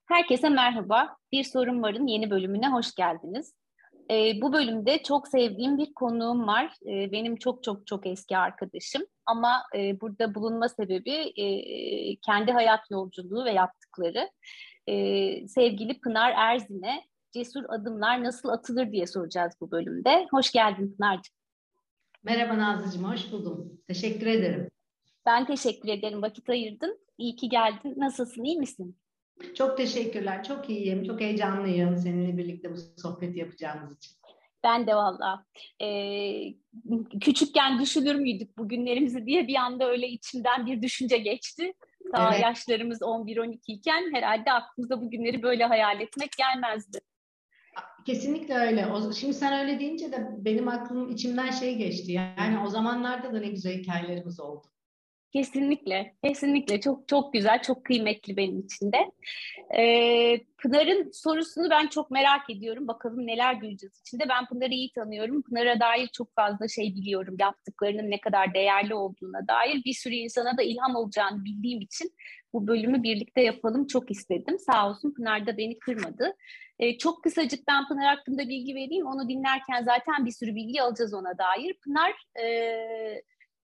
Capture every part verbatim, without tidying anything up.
Herkese merhaba. Bir Sorun Var'ın yeni bölümüne hoş geldiniz. Ee, bu bölümde çok sevdiğim bir konuğum var. Ee, benim çok çok çok eski arkadaşım. Ama e, burada bulunma sebebi e, kendi hayat yolculuğu ve yaptıkları. Ee, sevgili Pınar Erzin'e cesur adımlar nasıl atılır diye soracağız bu bölümde. Hoş geldin Pınar'cığım. Merhaba Nazlıcığım, hoş buldum. Teşekkür ederim. Ben teşekkür ederim. Vakit ayırdın. İyi ki geldin. Nasılsın? İyi misin? Çok teşekkürler, çok iyiyim, çok heyecanlıyım seninle birlikte bu sohbeti yapacağımız için. Ben de valla e, küçükken düşünür müydük bugünlerimizi diye bir anda öyle içimden bir düşünce geçti. Ta Evet, yaşlarımız on bir on iki iken herhalde aklımıza bugünleri böyle hayal etmek gelmezdi. kesinlikle öyle. O, şimdi sen öyle deyince de benim aklım içimden şey geçti. Yani o zamanlarda da ne güzel hikayelerimiz oldu. Kesinlikle, kesinlikle çok çok güzel, çok kıymetli benim için de. Ee, Pınar'ın sorusunu ben çok merak ediyorum. Bakalım neler duyacağız içinde. Ben Pınar'ı iyi tanıyorum. Pınar'a dair çok fazla şey biliyorum. Yaptıklarının ne kadar değerli olduğuna dair bir sürü insana da ilham olacağını bildiğim için bu bölümü birlikte yapalım çok istedim. Sağ olsun Pınar da beni kırmadı. Ee, çok kısacık ben Pınar hakkında bilgi vereyim. Onu dinlerken zaten bir sürü bilgi alacağız ona dair. Pınar e,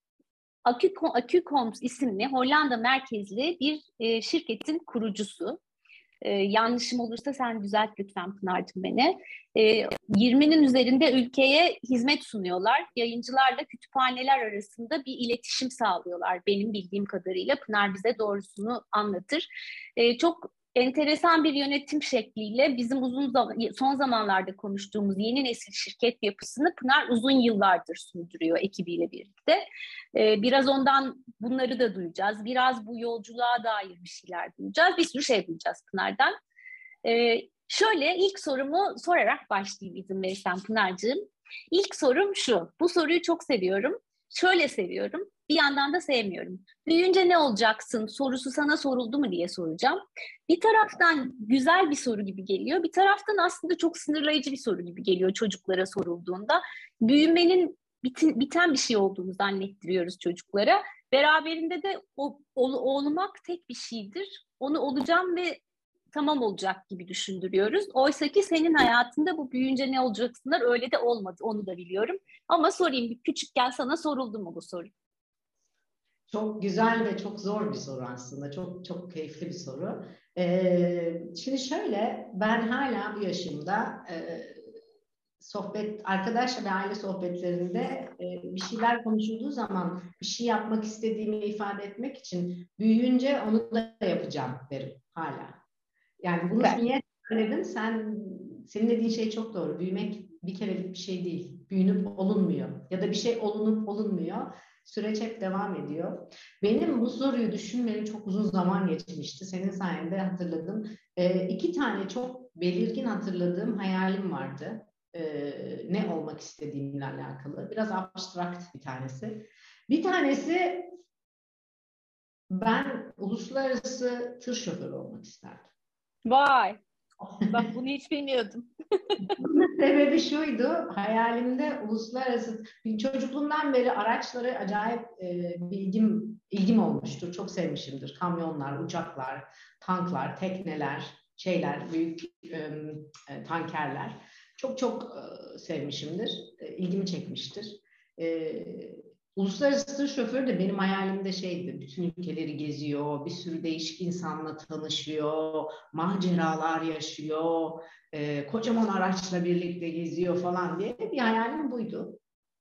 Acucoms isimli Hollanda merkezli bir e, şirketin kurucusu. E, yanlışım olursa sen düzelt lütfen Pınar'cığım beni. E, yirminin üzerinde ülkeye hizmet sunuyorlar. Yayıncılarla kütüphaneler arasında bir iletişim sağlıyorlar benim bildiğim kadarıyla. Pınar bize doğrusunu anlatır. E, çok enteresan bir yönetim şekliyle bizim uzun zaman, son zamanlarda konuştuğumuz yeni nesil şirket yapısını Pınar uzun yıllardır sürdürüyor ekibiyle birlikte. Ee, biraz ondan bunları da duyacağız. Biraz bu yolculuğa dair bir şeyler duyacağız. Bir sürü şey duyacağız Pınar'dan. Ee, şöyle ilk sorumu sorarak başlayayım izin verirsen Pınar'cığım. İlk sorum şu. Bu soruyu çok seviyorum. Şöyle seviyorum. Bir yandan da sevmiyorum. Büyüyünce ne olacaksın sorusu sana soruldu mu diye soracağım. Bir taraftan güzel bir soru gibi geliyor. Bir taraftan aslında çok sınırlayıcı bir soru gibi geliyor çocuklara sorulduğunda. Büyümenin bitin, biten bir şey olduğunu zannettiriyoruz çocuklara. Beraberinde de o, ol, olmak tek bir şeydir. Onu olacağım ve tamam olacak gibi düşündürüyoruz. Oysa ki senin hayatında bu büyüyünce ne olacaksınlar öyle de olmadı. Onu da biliyorum. Ama sorayım küçükken sana soruldu mu bu soru? Çok güzel ve çok zor bir soru aslında. Çok çok keyifli bir soru. Ee, şimdi şöyle, ben hala bu yaşımda e, sohbet, arkadaş ve aile sohbetlerinde e, bir şeyler konuşulduğu zaman bir şey yapmak istediğimi ifade etmek için büyüyünce onu da yapacağım derim hala. Yani bunu Süper. niye söyledin? Sen, senin dediğin şey çok doğru. Büyümek bir kerelik bir şey değil. Büyünüp olunmuyor. Ya da bir şey olunup olunmuyor. Süreç hep devam ediyor. Benim bu soruyu düşünmem çok uzun zaman geçmişti. Senin sayende hatırladım. Ee, iki tane çok belirgin hatırladığım hayalim vardı. Ee, ne olmak istediğimle alakalı. Biraz abstrakt bir tanesi. Bir tanesi, ben uluslararası tır şoförü olmak isterdim. Vay. Bak bunu hiç bilmiyordum. Bunun sebebi şuydu, hayalimde uluslararası, çocukluğumdan beri araçlara acayip e, bilgim, ilgim olmuştur. Çok sevmişimdir. Kamyonlar, uçaklar, tanklar, tekneler, şeyler, büyük e, e, tankerler. Çok çok e, sevmişimdir. E, ilgimi çekmiştir. E, Uluslararası tır şoförü de benim hayalimde şeydi. Bütün ülkeleri geziyor, bir sürü değişik insanla tanışıyor, maceralar yaşıyor, e, kocaman araçla birlikte geziyor falan diye bir hayalim buydu.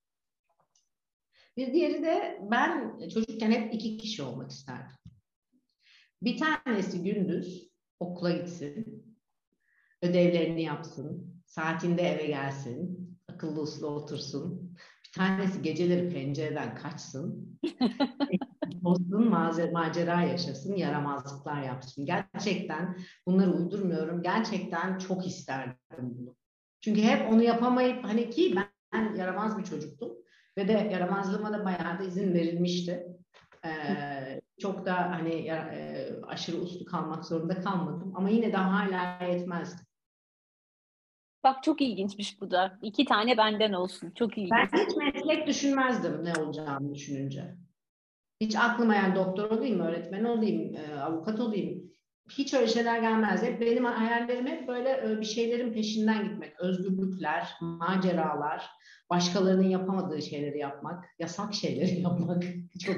Bir diğeri de, ben çocukken hep iki kişi olmak isterdim. Bir tanesi gündüz okula gitsin, ödevlerini yapsın, saatinde eve gelsin, akıllı uslu otursun. Bir tanesi geceleri pencereden kaçsın, bozsun, macera yaşasın, yaramazlıklar yapsın. Gerçekten bunları uydurmuyorum. Gerçekten çok isterdim bunu. Çünkü hep onu yapamayıp, hani ki ben, ben yaramaz bir çocuktum ve de yaramazlığıma da bayağı da izin verilmişti. Ee, çok da hani e, aşırı uslu kalmak zorunda kalmadım ama yine de hala yetmezdi. Bak çok ilginçmiş bu da. İki tane benden olsun. Çok Ben ilginç. hiç meslek düşünmezdim ne olacağını düşününce. Hiç aklıma, yani doktor olayım, öğretmen olayım, e, avukat olayım. hiç öyle şeyler gelmez. Hep benim hayallerim hep böyle bir şeylerin peşinden gitmek. Özgürlükler, maceralar, başkalarının yapamadığı şeyleri yapmak, yasak şeyleri yapmak. Çok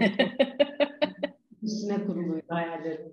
üstüne kuruluydu hayallerim.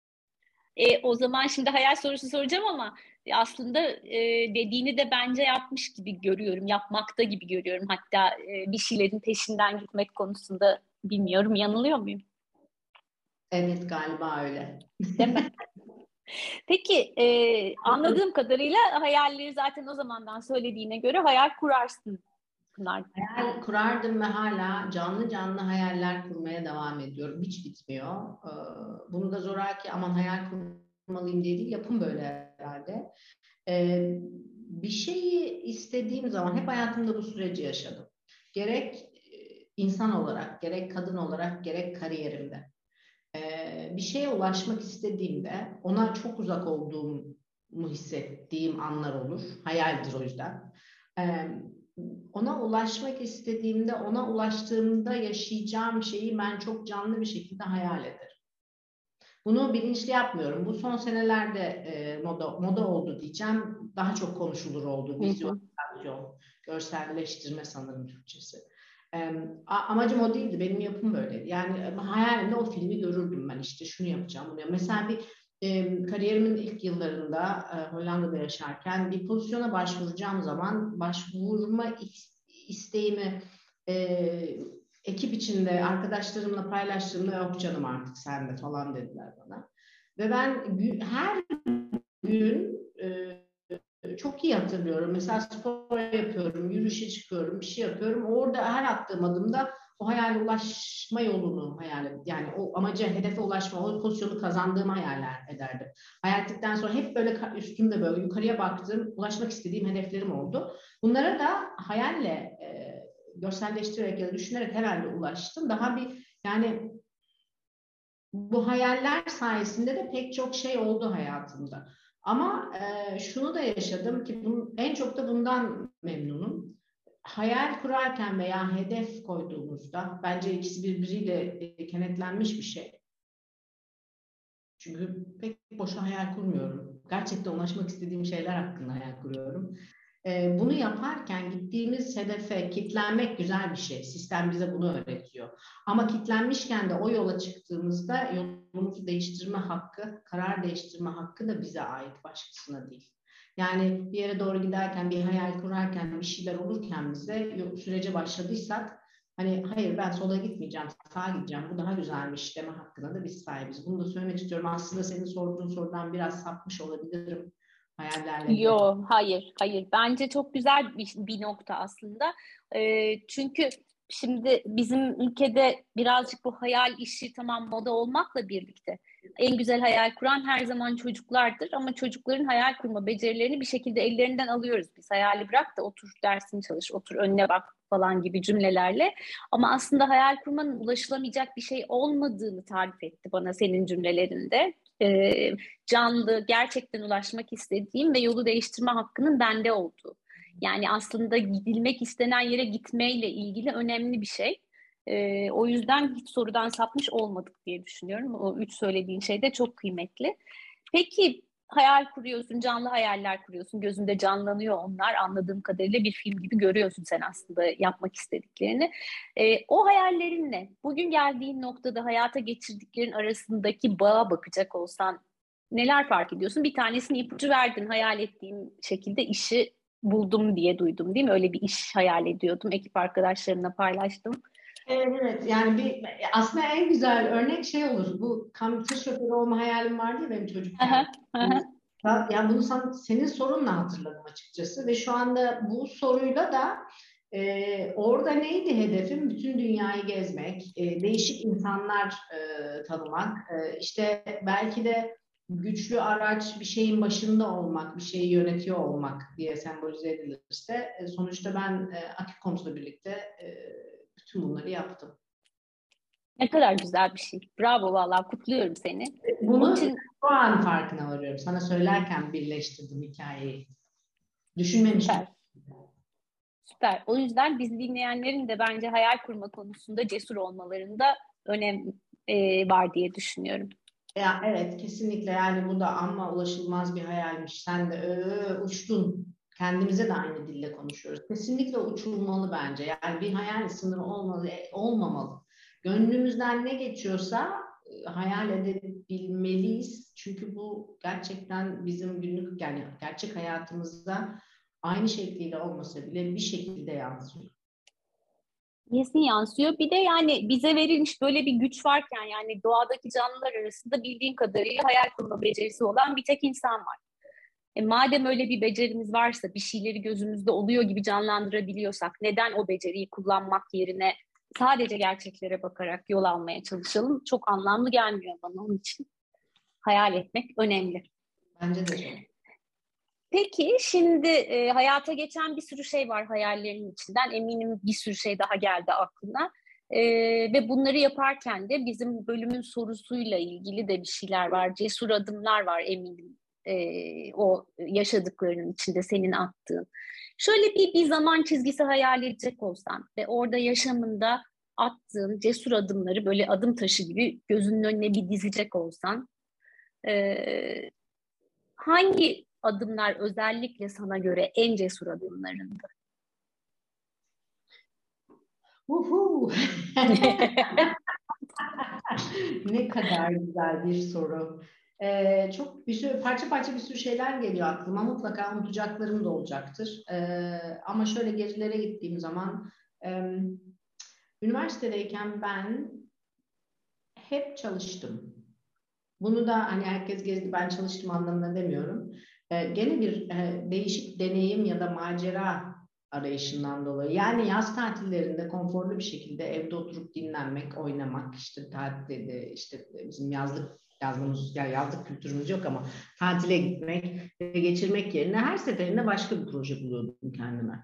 E, o zaman şimdi hayal sorusu soracağım ama aslında e, dediğini de bence yapmış gibi görüyorum. Yapmakta gibi görüyorum. Hatta e, bir şeylerin peşinden gitmek konusunda bilmiyorum. Yanılıyor muyum? Evet, galiba öyle. Değil mi? Peki e, anladığım kadarıyla hayalleri zaten o zamandan söylediğine göre hayal kurarsın Pınar. Hayal kurardım ve hala canlı canlı hayaller kurmaya devam ediyorum. Hiç bitmiyor. Ee, Bunu da zoraki aman hayal kurmalıyım diye değil, yapım böyle herhalde. Ee, Bir şeyi istediğim zaman hep hayatımda bu süreci yaşadım. Gerek e, insan olarak, gerek kadın olarak, gerek kariyerimde. Ee, bir şeye ulaşmak istediğimde ona çok uzak olduğumu hissettiğim anlar olur. Hayaldir o yüzden. Ee, Ona ulaşmak istediğimde, ona ulaştığımda yaşayacağım şeyi ben çok canlı bir şekilde hayal ederim. Bunu bilinçli yapmıyorum. Bu son senelerde e, moda, moda oldu diyeceğim. Daha çok konuşulur oldu. Hı hı. Vizyon, görselleştirme sanırım Türkçesi. E, Amacım o değildi. Benim yapım böyle. Yani e, hayalimde o filmi görürdüm ben, işte şunu yapacağım. Bunu yapacağım. Mesela bir e, kariyerimin ilk yıllarında e, Hollanda'da yaşarken bir pozisyona başvuracağım zaman başvurma isteğimi e, ekip içinde arkadaşlarımla paylaştığımda yok canım artık sen de falan dediler bana. Ve ben her gün e, çok iyi hatırlıyorum. Mesela spor yapıyorum, yürüyüşe çıkıyorum, bir şey yapıyorum. Orada her attığım adımda o hayale ulaşma yolunu hayal yani o amaca, hedefe ulaşma, o pozisyonu kazandığımı hayal ederdim. Hayal ettikten sonra hep böyle üstümde böyle yukarıya baktığım, ulaşmak istediğim hedeflerim oldu. Bunlara da hayalle e, görselleştirerek ya da düşünerek herhalde ulaştım. Daha bir yani bu hayaller sayesinde de pek çok şey oldu hayatımda. Ama e, şunu da yaşadım ki bunun, en çok da bundan memnunum. Hayal kurarken veya hedef koyduğumuzda bence ikisi birbiriyle e, kenetlenmiş bir şey. Çünkü pek boşa hayal kurmuyorum. Gerçekten ulaşmak istediğim şeyler hakkında hayal kuruyorum. Ee, bunu yaparken gittiğimiz hedefe kitlenmek güzel bir şey. Sistem bize bunu öğretiyor. Ama kitlenmişken de o yola çıktığımızda yolumuzu değiştirme hakkı, karar değiştirme hakkı da bize ait, başkasına değil. Yani bir yere doğru giderken, bir hayal kurarken, bir şeyler olurken bize sürece başladıysak hani hayır ben sola gitmeyeceğim, sağa gideceğim. Bu daha güzelmiş deme hakkına da biz sahibiz. Bunu da söylemek istiyorum. Aslında senin sorduğun sorudan biraz sapmış olabilirim hayallerle ilgili. Yo, hayır, hayır. Bence çok güzel bir, bir nokta aslında. Ee, çünkü şimdi bizim ülkede birazcık bu hayal işi tamam moda olmakla birlikte en güzel hayal kuran her zaman çocuklardır ama çocukların hayal kurma becerilerini bir şekilde ellerinden alıyoruz. Biz hayali bırak da otur dersini çalış, otur önüne bak falan gibi cümlelerle. Ama aslında hayal kurmanın ulaşılamayacak bir şey olmadığını tarif etti bana senin cümlelerinde. Ee, Canlı, gerçekten ulaşmak istediğim ve yolu değiştirme hakkının bende olduğu. Yani aslında gidilmek istenen yere gitmeyle ilgili önemli bir şey. Ee, o yüzden hiç sorudan sapmış olmadık diye düşünüyorum. O üç söylediğin şey de çok kıymetli. Peki hayal kuruyorsun, canlı hayaller kuruyorsun, gözünde canlanıyor onlar. Anladığım kadarıyla bir film gibi görüyorsun sen aslında yapmak istediklerini. Ee, o hayallerinle bugün geldiğin noktada hayata geçirdiklerin arasındaki bağa bakacak olsan neler fark ediyorsun? Bir tanesini ipucu verdin. Hayal ettiğim şekilde işi buldum diye duydum, değil mi? Öyle bir iş hayal ediyordum. Ekip arkadaşlarımla paylaştım. Evet, yani bir aslında en güzel örnek şey olur. Bu kam tır şoförü olma hayalim vardı ya benim çocukken. Aha, aha. Ya, yani bunu sen, senin sorunla hatırladım açıkçası ve şu anda bu soruyla da e, orada neydi hedefim? Bütün dünyayı gezmek, e, değişik insanlar e, tanımak, e, işte belki de güçlü araç bir şeyin başında olmak, bir şeyi yönetiyor olmak diye sembolize edilirse e, sonuçta ben e, Akikoms'la birlikte e, bütün bunları yaptım. Ne kadar güzel bir şey. Bravo vallahi kutluyorum seni. Onun Bunu için şu an farkına varıyorum. Sana söylerken birleştirdim hikayeyi. Düşünmemiştim. süper. Süper. O yüzden bizi dinleyenlerin de bence hayal kurma konusunda cesur olmalarında önem e, var diye düşünüyorum. Ya evet, kesinlikle, yani bu da amma ulaşılmaz bir hayalmiş. Sen de öö, uçtun. Kendimize de aynı dille konuşuyoruz. Kesinlikle uçulmalı bence. Yani bir hayal sınırı olmalı, e, olmamalı. Gönlümüzden ne geçiyorsa e, hayal edebilmeliyiz. Çünkü bu gerçekten bizim günlük, yani gerçek hayatımızda aynı şekliyle olmasa bile bir şekilde yansıyor. Kesin yansıyor. Bir de yani bize verilmiş böyle bir güç varken, yani doğadaki canlılar arasında bildiğim kadarıyla hayal kurma becerisi olan bir tek insan var. E, madem öyle bir becerimiz varsa, bir şeyleri gözümüzde oluyor gibi canlandırabiliyorsak, neden o beceriyi kullanmak yerine sadece gerçeklere bakarak yol almaya çalışalım? Çok anlamlı gelmiyor bana, onun için hayal etmek önemli. Bence de çok. Peki şimdi e, hayata geçen bir sürü şey var hayallerinin içinden. Eminim bir sürü şey daha geldi aklına. E, ve bunları yaparken de bizim bölümün sorusuyla ilgili de bir şeyler var. Cesur adımlar var eminim. E, o yaşadıklarının içinde senin attığın. Şöyle bir, bir zaman çizgisi hayal edecek olsan ve orada yaşamında attığın cesur adımları böyle adım taşı gibi gözünün önüne bir dizecek olsan, e, hangi adımlar özellikle sana göre en cesur adımlarındı? Uhu. Ne kadar güzel bir soru. Ee, çok bir sürü parça parça bir sürü şeyler geliyor aklıma. Mutlaka unutacaklarım da olacaktır. Ee, ama şöyle gerilere gittiğim zaman, e, üniversitedeyken ben hep çalıştım. Bunu da hani herkes gezdi ben çalıştım anlamına demiyorum. Ee, gene bir e, değişik deneyim ya da macera arayışından dolayı. Yani yaz tatillerinde konforlu bir şekilde evde oturup dinlenmek, oynamak, işte tatilde işte bizim yazlık yazmamız, yani yazlık kültürümüz yok ama tatile gitmek ve geçirmek yerine her seferinde başka bir proje buluyordum kendime.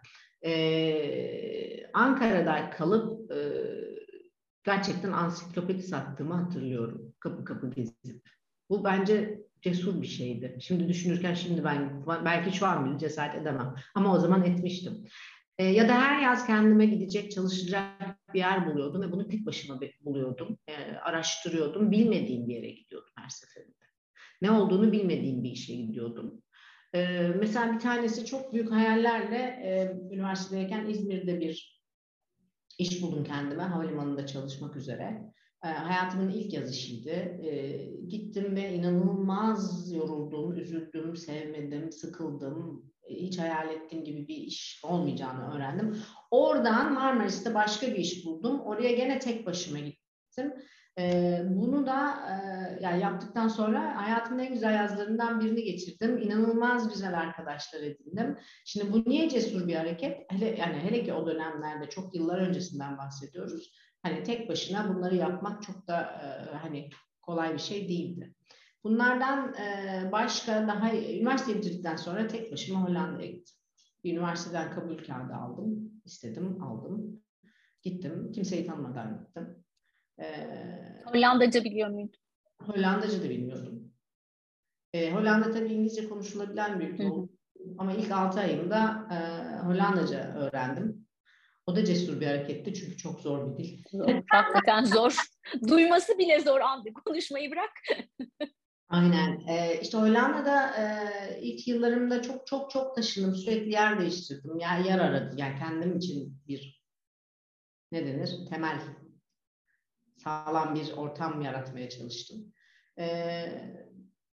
Ee, Ankara'da kalıp e, gerçekten ansiklopedi sattığımı hatırlıyorum. Kapı kapı gezip. Bu bence cesur bir şeydi. Şimdi düşünürken şimdi ben belki şu an bile cesaret edemem. Ama o zaman etmiştim. E, ya da her yaz kendime gidecek, çalışacak bir yer buluyordum ve bunu tek başıma buluyordum. E, araştırıyordum. Bilmediğim bir yere gidiyordum her seferinde. Ne olduğunu bilmediğim bir işe gidiyordum. E, mesela bir tanesi çok büyük hayallerle e, üniversitedeyken İzmir'de bir İş buldum kendime havalimanında çalışmak üzere. E, hayatımın ilk yazışıydı. E, gittim ve inanılmaz yoruldum, üzüldüm, sevmedim, sıkıldım. E, hiç hayal ettiğim gibi bir iş olmayacağını öğrendim. Oradan Marmaris'te başka bir iş buldum. Oraya gene tek başıma gittim. E, bunu da e, yani yaptıktan sonra hayatımın en güzel yazlarından birini geçirdim. İnanılmaz güzel arkadaşlar edindim. Şimdi bu niye cesur bir hareket? Hele, yani hele ki o dönemlerde çok yıllar öncesinden bahsediyoruz. Hani tek başına bunları yapmak çok da e, hani kolay bir şey değildi. Bunlardan e, başka daha üniversite bitirdikten sonra tek başıma Hollanda'ya gittim. Bir üniversiteden kabul kağıdı aldım. İstedim, aldım. Gittim. Kimseyi tanımadan gittim. E, Hollandaca biliyor muydun? Hollandaca da bilmiyordum. E, Hollanda tabii İngilizce konuşulabilen bir ülke Hı hı. oldu. Ama ilk altı ayımda e, Hollandaca öğrendim. O da cesur bir hareketti çünkü çok zor bir dil. Zor, hakikaten zor. Duyması bile zor Andi. Konuşmayı bırak. Aynen. E, işte Hollanda'da e, ilk yıllarımda çok çok çok taşındım. Sürekli yer değiştirdim. Yani yer aradım. Yani kendim için bir ne denir? Temel, sağlam bir ortam yaratmaya çalıştım. E,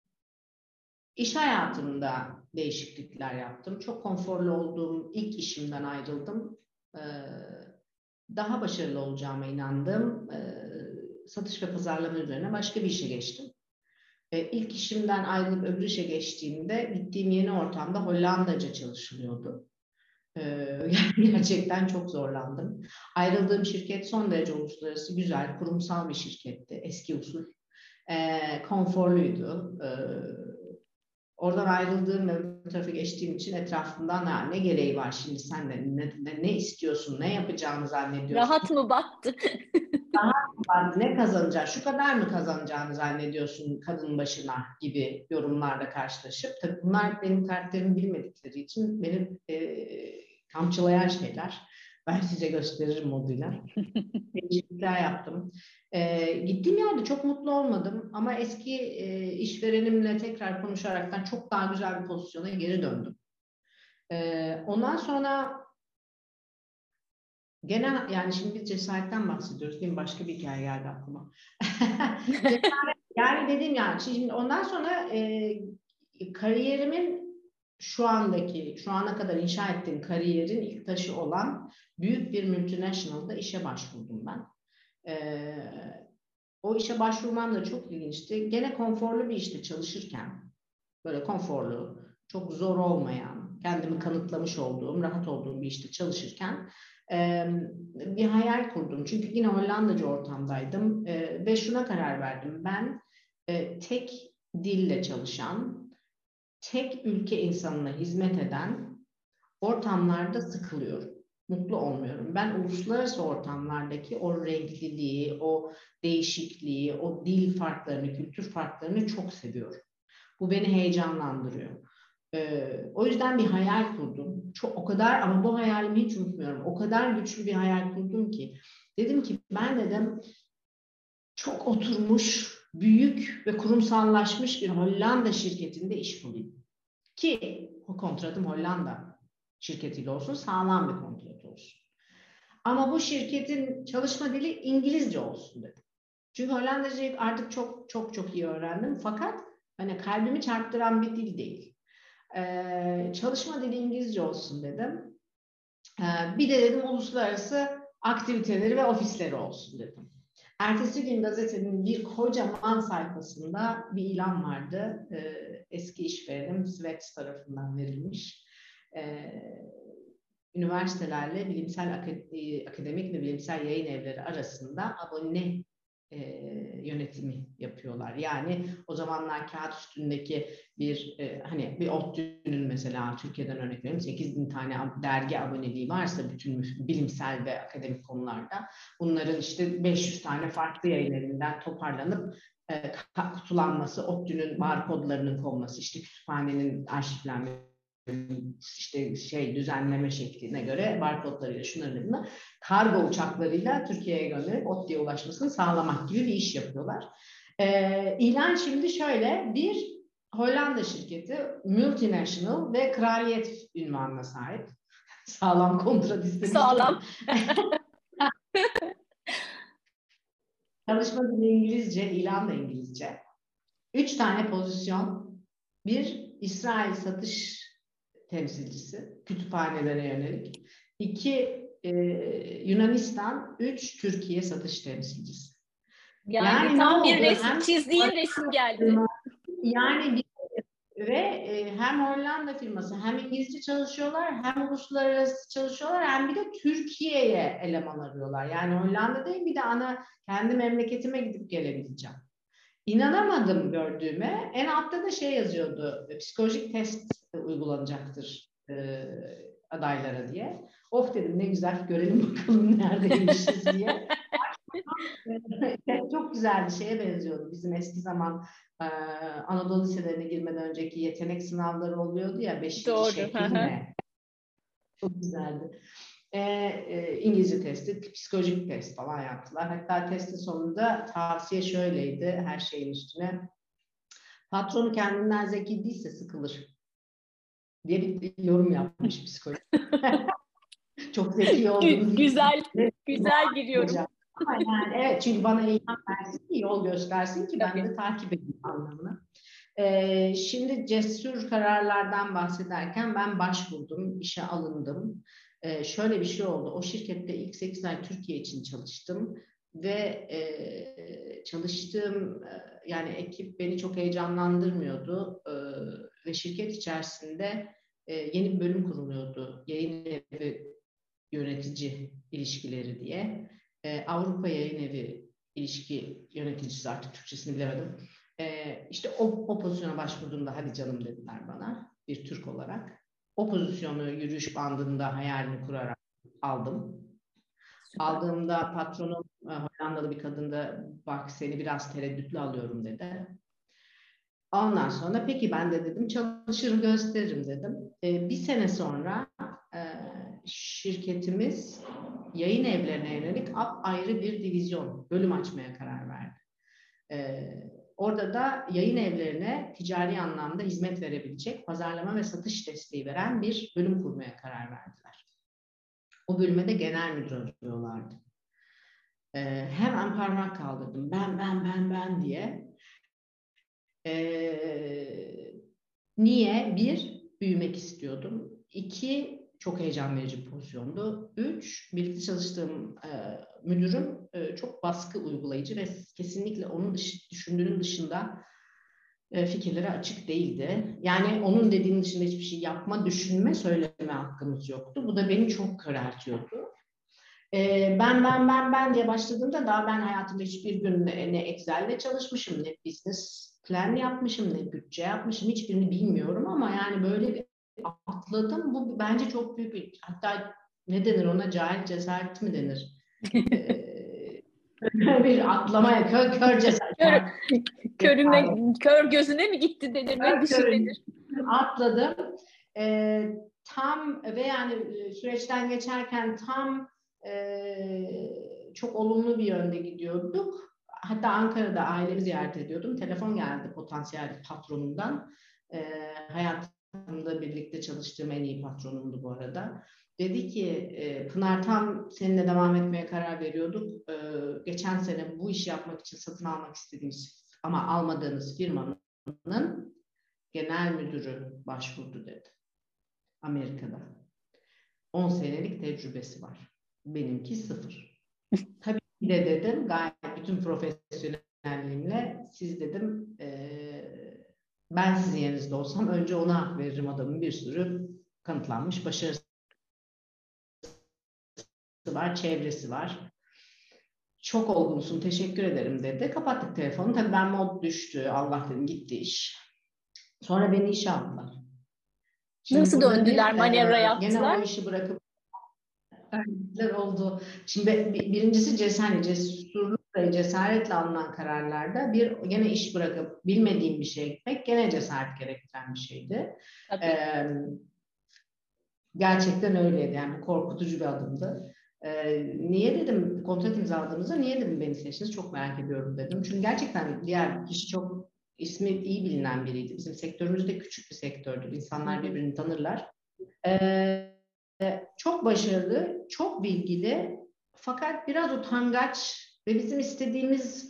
iş hayatımda değişiklikler yaptım. Çok konforlu olduğum ilk işimden ayrıldım. E, daha başarılı olacağıma inandım. E, satış ve pazarlama üzerine başka bir işe geçtim. E, ilk işimden ayrılıp öbür işe geçtiğimde gittiğim yeni ortamda Hollandaca çalışılıyordu. E, gerçekten çok zorlandım. Ayrıldığım şirket son derece uluslararası, güzel, kurumsal bir şirketti. Eski usul. E, konforluydu. E, oradan ayrıldığım ve bu tarafa geçtiğim için etrafımdan ha, ne gereği var şimdi sen de ne, ne, ne istiyorsun, ne yapacağını zannediyorsun? Rahat mı battı? Ne kazanacak, şu kadar mı kazanacağını zannediyorsun kadın başına gibi yorumlarla karşılaşıp, tabii bunlar benim karakterimi bilmedikleri için beni e, kamçılayan şeyler. ben size gösteririm moduyla. Değişiklikler yaptım. E, gittiğim yerde çok mutlu olmadım ama eski e, işverenimle tekrar konuşaraktan çok daha güzel bir pozisyona geri döndüm. E, ondan sonra genel, yani şimdi biz cesaretten bahsediyoruz değil mi? Başka bir hikaye geldi aklıma. Cesaret, yani dediğim yani şimdi ondan sonra e, kariyerimin şu andaki, şu ana kadar inşa ettiğim kariyerin ilk taşı olan büyük bir multinational'da işe başvurdum ben. Ee, o işe başvurmam da çok ilginçti. Gene konforlu bir işte çalışırken, böyle konforlu, çok zor olmayan, kendimi kanıtlamış olduğum, rahat olduğum bir işte çalışırken e, bir hayal kurdum. Çünkü yine Hollandacı ortamdaydım e, ve şuna karar verdim. Ben e, tek dille çalışan, tek ülke insanına hizmet eden ortamlarda sıkılıyorum. Mutlu olmuyorum. Ben uluslararası ortamlardaki o renkliliği, o değişikliği, o dil farklarını, kültür farklarını çok seviyorum. Bu beni heyecanlandırıyor. Ee, o yüzden bir hayal kurdum. Çok, o kadar, ama bu hayalimi hiç unutmuyorum. O kadar güçlü bir hayal kurdum ki. Dedim ki ben dedim çok oturmuş, büyük ve kurumsallaşmış bir Hollanda şirketinde iş bulayım. Ki o kontratım Hollanda şirketiyle olsun, sağlam bir kontrat olsun. Ama bu şirketin çalışma dili İngilizce olsun dedim. Çünkü Hollandacayı artık çok çok çok iyi öğrendim. Fakat hani kalbimi çarptıran bir dil değil. Ee, çalışma dili İngilizce olsun dedim. Ee, bir de dedim uluslararası aktiviteleri ve ofisleri olsun dedim. Ertesi gün gazetenin bir kocaman sayfasında bir ilan vardı. Ee, eski işverenim Swex tarafından verilmiş. Ee, üniversitelerle bilimsel akademik ve bilimsel yayın evleri arasında abone e, yönetimi yapıyorlar. Yani o zamanlar kağıt üstündeki bir e, hani bir ODTÜ'nün mesela Türkiye'den örnek vereyim sekiz bin tane dergi aboneliği varsa bütün bilimsel ve akademik konularda bunların işte beş yüz tane farklı yayın evinden toparlanıp e, kutulanması, ODTÜ'nün barkodlarının konması, işte kütüphanenin arşivlenmesi, işte şey düzenleme şekline göre barkodlarıyla şunlarla kargo uçaklarıyla Türkiye'ye gönderip ODTÜ'ye ulaşmasını sağlamak gibi bir iş yapıyorlar. Ee, ilan şimdi şöyle: bir Hollanda şirketi, multinational ve kraliyet ünvanına sahip. Sağlam kontrat istemiştim. Sağlam. Çalışma dili İngilizce, ilan da İngilizce. Üç tane pozisyon. Bir, İsrail satış temsilcisi, kütüphanelere yönelik. İki, e, Yunanistan. Üç, Türkiye satış temsilcisi. Yani, Yani ne tam bir oldu? resim, Hem çizdiğin resim geldi. yani bir, ve e, hem Hollanda firması hem İngilizce çalışıyorlar, hem uluslararası çalışıyorlar, hem bir de Türkiye'ye eleman arıyorlar. Yani Hollanda değil, bir de ana kendi memleketime gidip gelebileceğim. İnanamadım gördüğüme. En altta da şey yazıyordu: psikolojik test uygulanacaktır e, adaylara diye. Oh dedim, ne güzel, görelim bakalım neredeymişiz diye. Çok güzel bir şeye benziyordu. Bizim eski zaman e, Anadolu liselerine girmeden önceki yetenek sınavları oluyordu ya, beşinci Doğru. şekil ne? Çok güzeldi. E, e, İngilizce testi, psikolojik test falan yaptılar. Hatta testin sonunda tavsiye şöyleydi her şeyin üstüne: patronu kendinden zeki değilse sıkılır diye bir yorum yapmış psikolog. Çok zeki olduğunu Güzel, değil. güzel giriyorum. Ama yani evet, çünkü bana ilham versin ki, yol göstersin ki ben Tabii. de takip edeyim anlamına. Ee, şimdi cesur kararlardan bahsederken ben başvurdum, işe alındım. Ee, şöyle bir şey oldu. O şirkette ilk sekiz ay Türkiye için çalıştım ve e, çalıştığım e, yani ekip beni çok heyecanlandırmıyordu e, ve şirket içerisinde e, yeni bir bölüm kuruluyordu. Yayın evi yönetici ilişkileri diye. E, Avrupa Yayın Evi ilişki yöneticisi, artık Türkçesini bilemedim. E, işte o, o pozisyona başvurduğumda hadi canım dediler bana, bir Türk olarak. O pozisyonu yürüyüş bandında hayalini kurarak aldım. Süper. Aldığımda patronum Hollandalı bir kadın da bak seni biraz tereddütlü alıyorum dedi. Ondan sonra peki ben de dedim çalışırım gösteririm dedim. Ee, bir sene sonra e, şirketimiz yayın evlerine yönelik ayrı bir divizyon, bölüm açmaya karar verdi. Ee, orada da yayın evlerine ticari anlamda hizmet verebilecek, pazarlama ve satış desteği veren bir bölüm kurmaya karar verdiler. O bölüme de genel müdür arıyorlardı. Ee, hemen parmak kaldırdım. Ben, ben, ben, ben diye. Ee, niye? Bir, büyümek istiyordum. İki, çok heyecan verici bir pozisyondu. Üç, birlikte çalıştığım e, müdürüm e, çok baskı uygulayıcı ve kesinlikle onun dış, düşündüğünün dışında e, fikirlere açık değildi. Yani onun dediğinin dışında hiçbir şey yapma, düşünme, söyleme hakkımız yoktu. Bu da beni çok köreltiyordu. E, ben, ben, ben, ben diye başladığımda daha ben hayatımda hiçbir gün ne, ne Excel'le çalışmışım, ne business plan yapmışım, ne bütçe yapmışım, hiçbirini bilmiyorum ama yani böyle bir atladım. Bu bence çok büyük bir, hatta ne denir ona, cahil cesaret mi denir? Ee, bir atlamaya, kör, kör cesaret. Kör, körüne, kör gözüne mi gitti denir, ne bir şey denir. Atladım. Ee, tam ve yani süreçten geçerken tam e, çok olumlu bir yönde gidiyorduk. Hatta Ankara'da ailemi ziyaret ediyordum. Telefon geldi potansiyel patronumdan. Ee, hayatımda birlikte çalıştığım en iyi patronumdu bu arada. Dedi ki e, Pınar, tam seninle devam etmeye karar veriyorduk. Ee, geçen sene bu işi yapmak için satın almak istediğimiz ama almadığımız firmanın genel müdürü başvurdu dedi. Amerika'da. on senelik tecrübesi var. Benimki sıfır. Tabii ki de dedim gayet bütün profesyonelliğimle, siz dedim e, ben sizin yerinizde olsam önce ona hak veririm, adamın bir sürü kanıtlanmış başarısı var, çevresi var. Çok olgunsun, teşekkür ederim dedi. Kapattık telefonu. Tabii ben mod düştü. Allah dedim, gitti iş. Sonra beni işe aldılar. Şimdi Nasıl döndüler, bir, manevra e, gene yaptılar? o işi bırakıp oldu. Şimdi birincisi cesaret, cesurlukla, cesaretle alınan kararlarda bir gene iş bırakıp bilmediğim bir şeye gitmek gene cesaret gerektiren bir şeydi. Ee, gerçekten öyleydi. Yani korkutucu bir adımdı. Ee, niye dedim kontrat imzaladığımızda, niye dedim beni seçtiniz, çok merak ediyorum dedim. Çünkü gerçekten diğer kişi çok ismi iyi bilinen biriydi. Bizim sektörümüz de küçük bir sektördü. İnsanlar birbirini tanırlar. Ee, çok başarılı, çok bilgili, fakat biraz utangaç ve bizim istediğimiz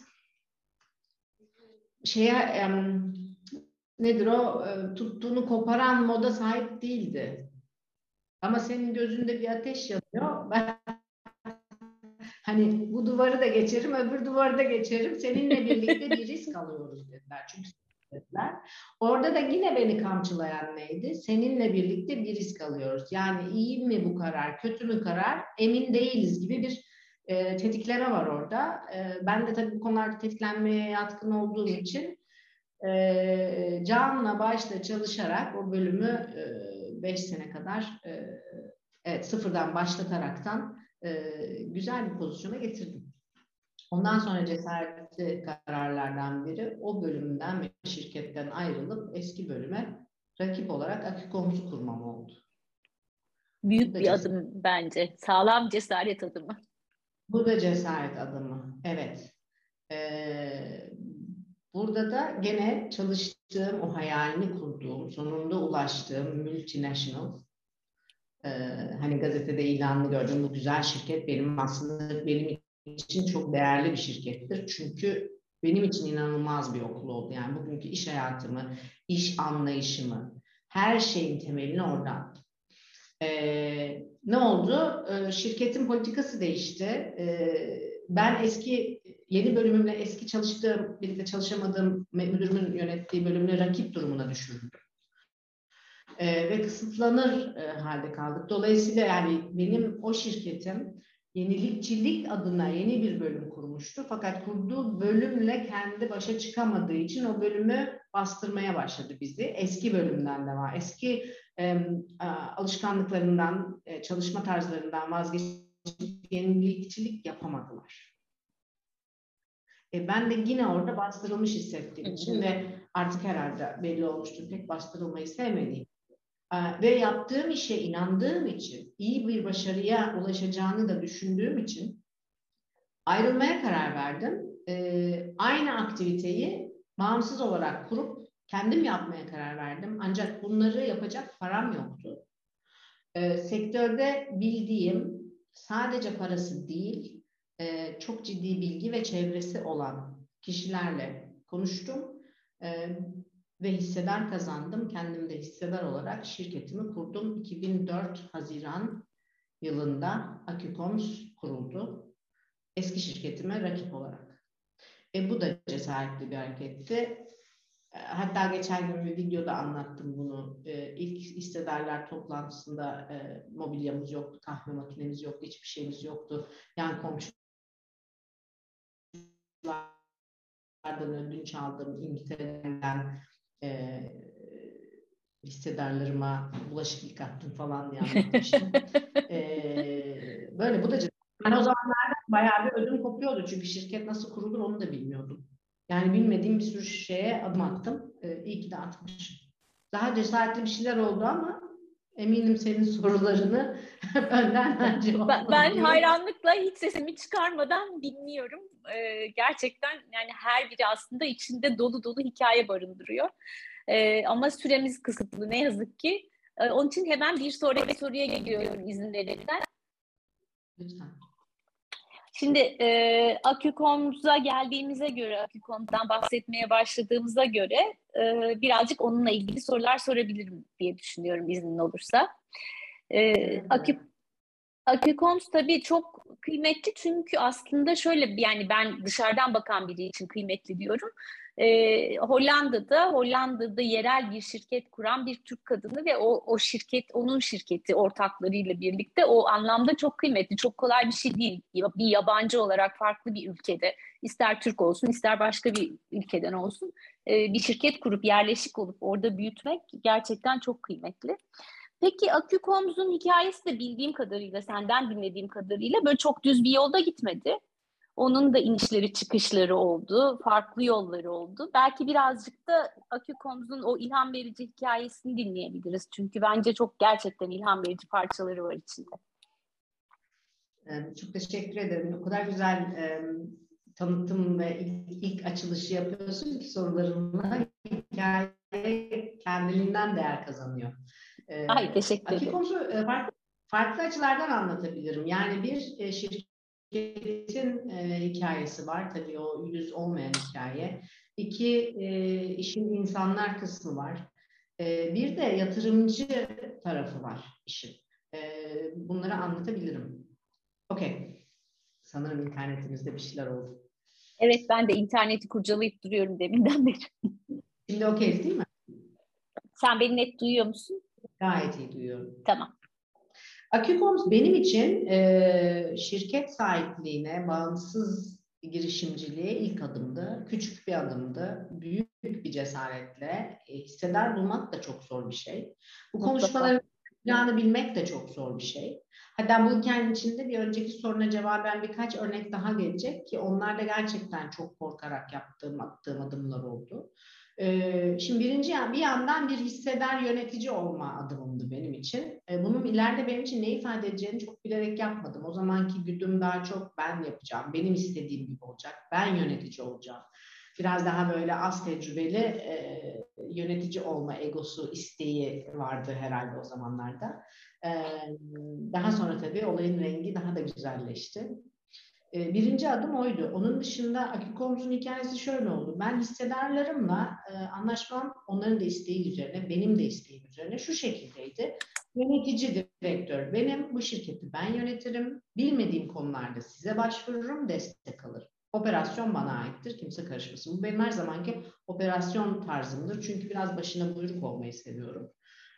şeye em, nedir o, e, tuttuğunu koparan moda sahip değildi. Ama senin gözünde bir ateş yanıyor. Ben hani bu duvarı da geçerim, öbür duvarı da geçerim. Seninle birlikte bir risk alıyoruz dediler. Çünkü dediler. Orada da yine beni kamçılayan neydi? Seninle birlikte bir risk alıyoruz. Yani iyi mi bu karar, kötü mü karar, emin değiliz gibi bir e, tetikleme var orada. E, ben de tabii bu konularda tetiklenmeye yatkın olduğum için e, canla başla çalışarak o bölümü beş sene kadar e, evet, sıfırdan başlataraktan e, güzel bir pozisyona getirdim. Ondan sonra cesaretli kararlardan biri o bölümden ve şirketten ayrılıp eski bölüme rakip olarak Akikomus'u kurmam oldu. Büyük bir cesaret. Adım bence. Sağlam cesaret adımı. Bu da cesaret adımı. Evet. Ee, burada da gene çalıştığım, o hayalini kurduğum, sonunda ulaştığım multinational, e, hani gazetede ilanını gördüğüm bu güzel şirket benim aslında benim için çok değerli bir şirkettir. Çünkü benim için inanılmaz bir okul oldu. Yani bugünkü iş hayatımı, iş anlayışımı, her şeyin temelini orada attım. Ee, ne oldu? Ee, şirketin politikası değişti. Ee, ben eski, yeni bölümümle eski çalıştığım, birlikte çalışamadığım müdürümün yönettiği bölümle rakip durumuna düşürdüm. Ee, ve kısıtlanır e, halde kaldık. Dolayısıyla yani benim o şirketim yenilikçilik adına yeni bir bölüm kurmuştu. Fakat kurduğu bölümle kendi başa çıkamadığı için o bölümü bastırmaya başladı bizi. Eski bölümden de var. Eski e, alışkanlıklarından, e, çalışma tarzlarından vazgeçip yenilikçilik yapamadılar. E, ben de yine orada bastırılmış hissettiğim için ve artık herhalde belli olmuştur, pek bastırılmayı sevmediğim Ve yaptığım işe inandığım için, iyi bir başarıya ulaşacağını da düşündüğüm için ayrılmaya karar verdim. Ee, aynı aktiviteyi bağımsız olarak kurup kendim yapmaya karar verdim. Ancak bunları yapacak param yoktu. Ee, sektörde bildiğim, sadece parası değil, e, çok ciddi bilgi ve çevresi olan kişilerle konuştum. Ee, ve hissedar kazandım. Kendim de hissedar olarak şirketimi kurdum. iki bin dört Haziran yılında Akükoms kuruldu. Eski şirketime rakip olarak. E, bu da cesaretli bir hareketti. Hatta geçen gün bir videoda anlattım bunu. E, ilk hissedarlar toplantısında e, mobilyamız yoktu, kahve makinemiz yoktu, hiçbir şeyimiz yoktu. Yan komşulardan ödünç aldım, İngiltere'den e, hissedarlarıma bulaşık yıkattım falan diye anlatmıştım. e, böyle bu da ben o zamanlarda bayağı bir ödüm kopuyordu. Çünkü şirket nasıl kurulur onu da bilmiyordum. Yani bilmediğim bir sürü şeye adım attım. Ee, iyi ki de atmışım. Daha cesaretli bir şeyler oldu ama eminim senin sorularını önden ben Ben, ben cevaplayabiliyorum. hayranlıkla hiç sesimi çıkarmadan dinliyorum. Ee, gerçekten yani her biri aslında içinde dolu dolu hikaye barındırıyor. Ee, ama süremiz kısıtlı ne yazık ki. Ee, onun için hemen bir sonraki soruya geliyorum izin verirsen. Lütfen. Şimdi e, Akükoms'a geldiğimize göre, Akükoms'dan bahsetmeye başladığımıza göre e, birazcık onunla ilgili sorular sorabilirim diye düşünüyorum iznin olursa. E, Akü Akükoms tabii çok kıymetli çünkü aslında şöyle yani ben dışarıdan bakan biri için kıymetli diyorum. Ee, Hollanda'da Hollanda'da yerel bir şirket kuran bir Türk kadını ve o o şirket onun şirketi ortaklarıyla birlikte o anlamda çok kıymetli. Çok kolay bir şey değil. Bir yabancı olarak farklı bir ülkede ister Türk olsun ister başka bir ülkeden olsun e, bir şirket kurup yerleşik olup orada büyütmek gerçekten çok kıymetli. Peki Akükoms'un hikayesi de bildiğim kadarıyla, senden dinlediğim kadarıyla böyle çok düz bir yolda gitmedi. Onun da inişleri çıkışları oldu, farklı yolları oldu. Belki birazcık da Akükoms'un o ilham verici hikayesini dinleyebiliriz. Çünkü bence çok gerçekten ilham verici parçaları var içinde. Çok teşekkür ederim. O kadar güzel e, tanıtım ve ilk, ilk açılışı yapıyorsun ki sorularınla hikaye kendiliğinden değer kazanıyor. E, Ay teşekkür ederim. Akükoms'u e, farklı, farklı açılardan anlatabilirim. Yani bir e, şirketin e, hikayesi var. Tabii o yüz olmayan hikaye. İki, e, işin insanlar kısmı var. E, bir de yatırımcı tarafı var işin. E, bunları anlatabilirim. Okey. Sanırım internetimizde bir şeyler oldu. Evet ben de interneti kurcalayıp duruyorum deminden beri. Şimdi okeyiz değil mi? Sen beni net duyuyor musun? Gayet iyi duyuyorum. Tamam. Akükoms benim için e, şirket sahipliğine, bağımsız girişimciliğe ilk adımdı. Küçük bir adımdı. Büyük bir cesaretle e, hissedar bulmak da çok zor bir şey. Bu konuşmaları planı bilmek de çok zor bir şey. Hatta bu hikayenin içinde bir önceki soruna cevaben birkaç örnek daha gelecek ki onlar da gerçekten çok korkarak yaptığım, attığım adımlar oldu. Ee, şimdi birinci bir yandan bir hissedar yönetici olma adımımdı benim için. Ee, bunun ileride benim için ne ifade edeceğini çok bilerek yapmadım. O zamanki güdüm daha çok ben yapacağım, benim istediğim gibi olacak, ben yönetici olacağım. Biraz daha böyle az tecrübeli e, yönetici olma egosu, isteği vardı herhalde o zamanlarda. E, daha sonra tabii olayın rengi daha da güzelleşti. Birinci adım oydu. Onun dışında Akükoms'un hikayesi şöyle oldu. Ben hissedarlarımla e, anlaşmam onların da isteği üzerine, benim de isteğim üzerine şu şekildeydi. Yönetici direktör benim, bu şirketi ben yönetirim. Bilmediğim konularda size başvururum, destek alırım. Operasyon bana aittir, kimse karışmasın. Bu benim her zamanki operasyon tarzımdır. Çünkü biraz başına buyruk olmayı seviyorum.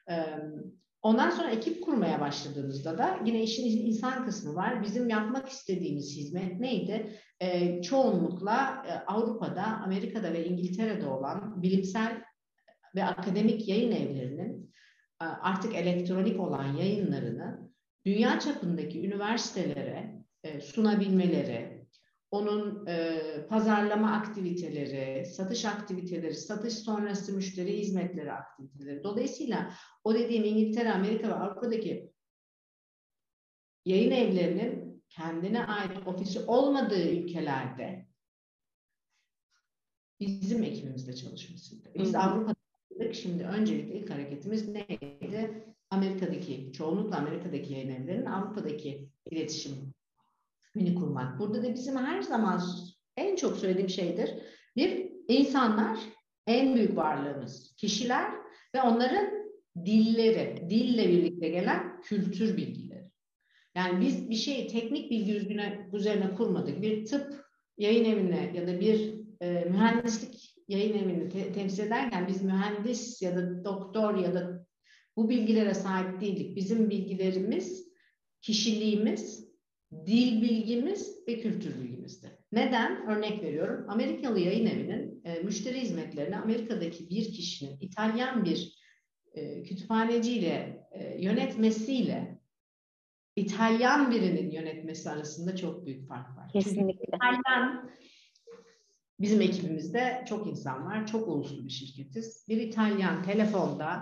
Ondan sonra ekip kurmaya başladığımızda da yine işin insan kısmı var. Bizim yapmak istediğimiz hizmet neydi? Ee, çoğunlukla e, Avrupa'da, Amerika'da ve İngiltere'de olan bilimsel ve akademik yayın evlerinin e, artık elektronik olan yayınlarını dünya çapındaki üniversitelere e, sunabilmeleri, onun e, pazarlama aktiviteleri, satış aktiviteleri, satış sonrası müşteri hizmetleri aktiviteleri. Dolayısıyla o dediğim İngiltere, Amerika ve Avrupa'daki yayın evlerinin kendine ait ofisi olmadığı ülkelerde bizim ekibimizle çalışmasıydı. Biz Hı hı. Avrupa'da şimdi öncelikle ilk hareketimiz neydi? Amerika'daki, çoğunlukla Amerika'daki yayın evlerinin Avrupa'daki iletişim mini kurmak. Burada da bizim her zaman en çok söylediğim şeydir. Bir, insanlar en büyük varlığımız. Kişiler ve onların dilleri, dille birlikte gelen kültür bilgileri. Yani biz bir şeyi teknik bilgi üzerine, üzerine kurmadık. Bir tıp yayın evine ya da bir e, mühendislik yayın evini te- temsil ederken biz mühendis ya da doktor ya da bu bilgilere sahip değildik. Bizim bilgilerimiz, kişiliğimiz, dil bilgimiz ve kültür bilgimizdi. Neden? Örnek veriyorum. Amerikalı yayın evinin e, müşteri hizmetlerini Amerika'daki bir kişinin İtalyan bir e, kütüphaneciyle e, yönetmesiyle İtalyan birinin yönetmesi arasında çok büyük fark var. Kesinlikle. Çünkü İtalyan, bizim ekibimizde çok insan var, çok uluslu bir şirketiz. Bir İtalyan telefonda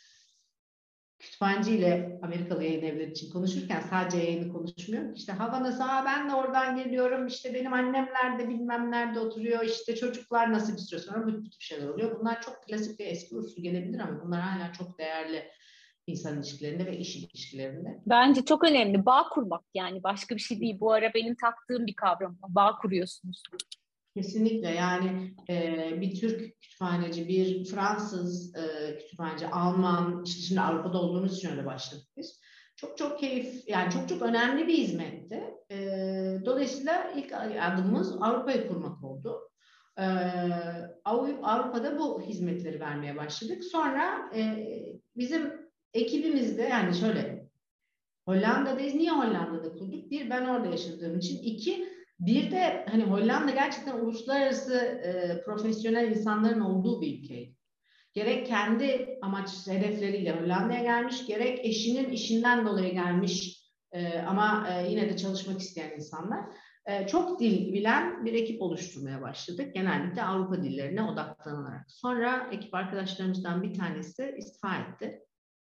kütüphaneciyle Amerikalı yayın evleri için konuşurken sadece yayını konuşmuyor. İşte hava nasıl, aa ben de oradan geliyorum, işte benim annem nerede bilmem nerede oturuyor, işte çocuklar nasıl bir süre sonra bu tip şeyler oluyor. Bunlar çok klasik ve eski usul gelebilir ama bunlar hala çok değerli insan ilişkilerinde ve iş ilişkilerinde. Bence çok önemli. Bağ kurmak, yani başka bir şey değil. Bu ara benim taktığım bir kavram. Bağ kuruyorsunuz. Kesinlikle, yani e, bir Türk kütüphaneci, bir Fransız e, kütüphaneci, Alman, işte şimdi Avrupa'da olduğumuz için öyle başladık biz. Çok çok keyif, yani çok çok önemli bir hizmetti. E, dolayısıyla ilk adımımız Avrupa'yı kurmak oldu. E, Avrupa'da bu hizmetleri vermeye başladık. Sonra e, bizim ekibimizde, yani şöyle, Hollanda'dayız. Niye Hollanda'da kurduk? Bir, ben orada yaşadığım için. İki, bir de hani Hollanda gerçekten uluslararası e, profesyonel insanların olduğu bir ülkeydi. Gerek kendi amaç hedefleriyle Hollanda'ya gelmiş, gerek eşinin işinden dolayı gelmiş e, ama e, yine de çalışmak isteyen insanlar. E, çok dil bilen bir ekip oluşturmaya başladık. Genellikle Avrupa dillerine odaklanarak. Sonra ekip arkadaşlarımızdan bir tanesi istifa etti.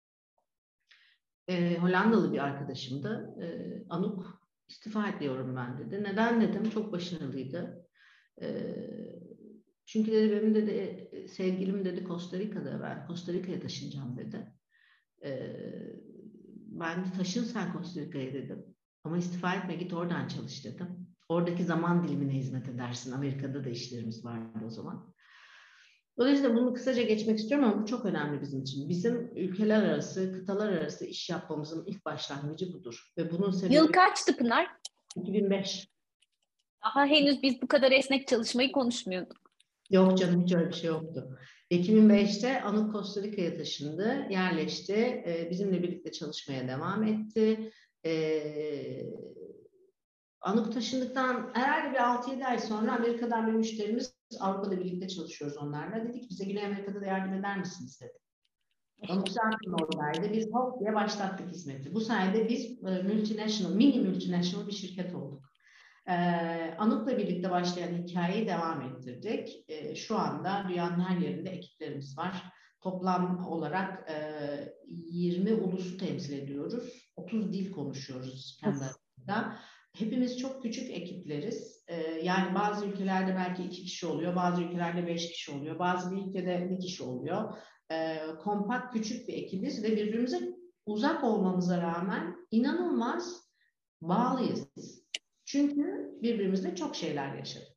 E, Hollandalı bir arkadaşımdı. E, Anuk, istifa ediyorum ben dedi. Neden dedim, çok başarılıydı. E, çünkü dedi benim dedi sevgilim dedi Costa Rica'da, ben Costa Rica'ya taşınacağım dedi. E, ben de taşın sen Costa Rica'ya dedim. Ama istifa etme, git oradan çalış dedim. Oradaki zaman dilimine hizmet edersin. Amerika'da da işlerimiz vardı o zaman. Dolayısıyla bunu kısaca geçmek istiyorum ama bu çok önemli bizim için. Bizim ülkeler arası, kıtalar arası iş yapmamızın ilk başlangıcı budur. Ve bunun sebebi... Yıl kaçtı Pınar? iki bin beş. Daha henüz biz bu kadar esnek çalışmayı konuşmuyorduk. Yok canım, hiç öyle bir şey yoktu. iki bin beşte Anuk Costa Rica'ya taşındı, yerleşti. Bizimle birlikte çalışmaya devam etti. Anuk taşındıktan herhalde bir altı yedi ay sonra Amerika'dan bir müşterimiz, Avrupa'da birlikte çalışıyoruz onlarla. Dedik bize Güney Amerika'da da yardım eder misiniz dedi. Anuk zaten oradaydı. Biz hop diye başlattık hizmeti. Bu sayede biz multinational, mini multinational bir şirket olduk. Ee, Anuk'la birlikte başlayan hikayeyi devam ettirdik. Ee, şu anda dünyanın her yerinde ekiplerimiz var. Toplam olarak e, yirmi ulusu temsil ediyoruz. otuz dil konuşuyoruz kendi aramızda. Hepimiz çok küçük ekipleriz. Ee, yani bazı ülkelerde belki iki kişi oluyor, bazı ülkelerde beş kişi oluyor, bazı bir ülkede bir kişi oluyor. Ee, kompakt küçük bir ekibiz ve birbirimize uzak olmamıza rağmen inanılmaz bağlıyız. Çünkü birbirimizle çok şeyler yaşadık.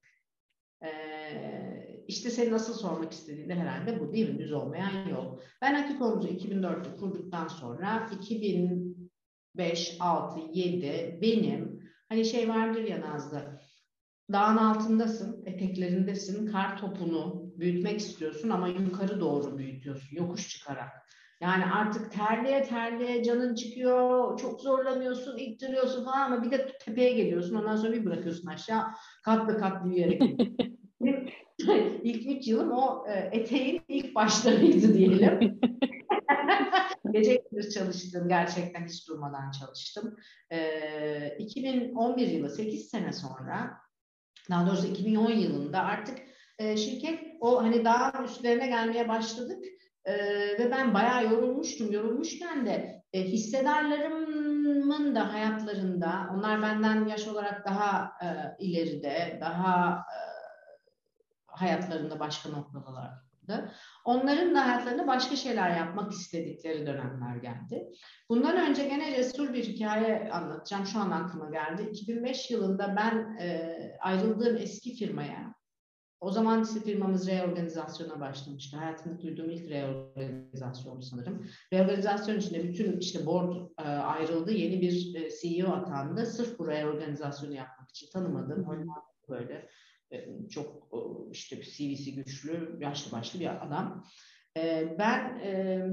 Ee, işte senin nasıl sormak istediğinde herhalde bu değil mi? Düz olmayan yol. Ben Akikom'u iki bin dörtte kurduktan sonra iki bin beş, altı, yedi benim hani şey vardır ya Nazlı, dağın altındasın, eteklerindesin, kar topunu büyütmek istiyorsun ama yukarı doğru büyütüyorsun, yokuş çıkarak. Yani artık terliğe terliğe canın çıkıyor, çok zorlanıyorsun, ittiriyorsun falan ama bir de tepeye geliyorsun, ondan sonra bir bırakıyorsun aşağı, katlı katlı yürüyerek gidiyorsun. Benim ilk üç yılım o eteğin ilk başlarıydı diyelim. Gece gündüz çalıştım, gerçekten hiç durmadan çalıştım. Ee, iki bin on bir yılı, sekiz sene sonra Daha doğrusu iki bin on yılında artık e, şirket o hani daha üstlerine gelmeye başladık. E, ve ben bayağı yorulmuştum. Yorulmuşken de e, hissedarlarımın da hayatlarında, onlar benden yaş olarak daha e, ileride, daha e, hayatlarında başka noktalardı. Onların da hayatlarında başka şeyler yapmak istedikleri dönemler geldi. Bundan önce gene cesur bir hikaye anlatacağım. Şu an aklıma geldi. iki bin beş yılında ben e, ayrıldığım eski firmaya, o zaman işte firmamız reorganizasyona başlamıştı. Hayatımda duyduğum ilk reorganizasyon sanırım. Reorganizasyon içinde bütün işte board e, ayrıldı. Yeni bir e, C E O atandı. Sırf bu reorganizasyonu yapmak için tanımadım. Hollanda'da böyle e, çok e, işte C V'si güçlü, yaşlı başlı bir adam. E, ben e,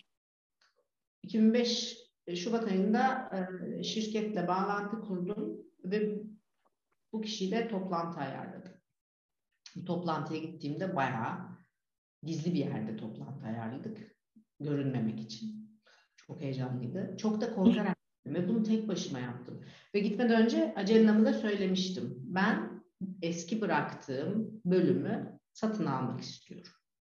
iki bin beş Şubat ayında e, şirketle bağlantı kurdum ve bu kişiyle toplantı ayarladım. Bu toplantıya gittiğimde bayağı gizli bir yerde toplantı ayarladık. Görünmemek için. Çok heyecanlıydı. Çok da korkarak gittim ve bunu tek başıma yaptım. Ve gitmeden önce acelemi de söylemiştim. Ben eski bıraktığım bölümü satın almak istiyorum.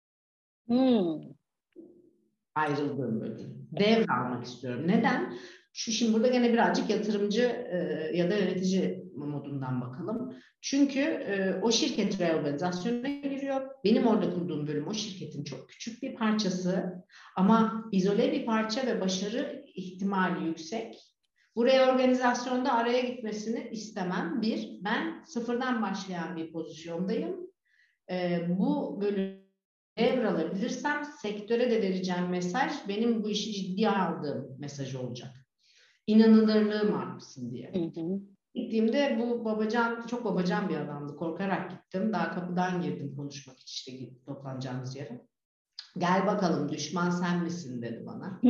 Hmm. Ayrıldığım bölüm. Devralmak istiyorum. Neden? Şu şimdi burada gene birazcık yatırımcı e, ya da yönetici modundan bakalım. Çünkü e, o şirket reorganizasyona giriyor. Benim orada kurduğum bölüm o şirketin çok küçük bir parçası ama izole bir parça ve başarı ihtimali yüksek. Bu reorganizasyonda araya gitmesini istemem. Bir, ben sıfırdan başlayan bir pozisyondayım. E, bu bölüm devralabilirsem sektöre de vereceğim mesaj benim bu işi ciddiye aldığım mesaj olacak. İnanılırlığım artsın diye. Hı hı. Gittiğimde bu babacan, çok babacan bir adamdı. Korkarak gittim. Daha kapıdan girdim konuşmak için işte toplanacağımız yere. Gel bakalım düşman sen misin dedi bana.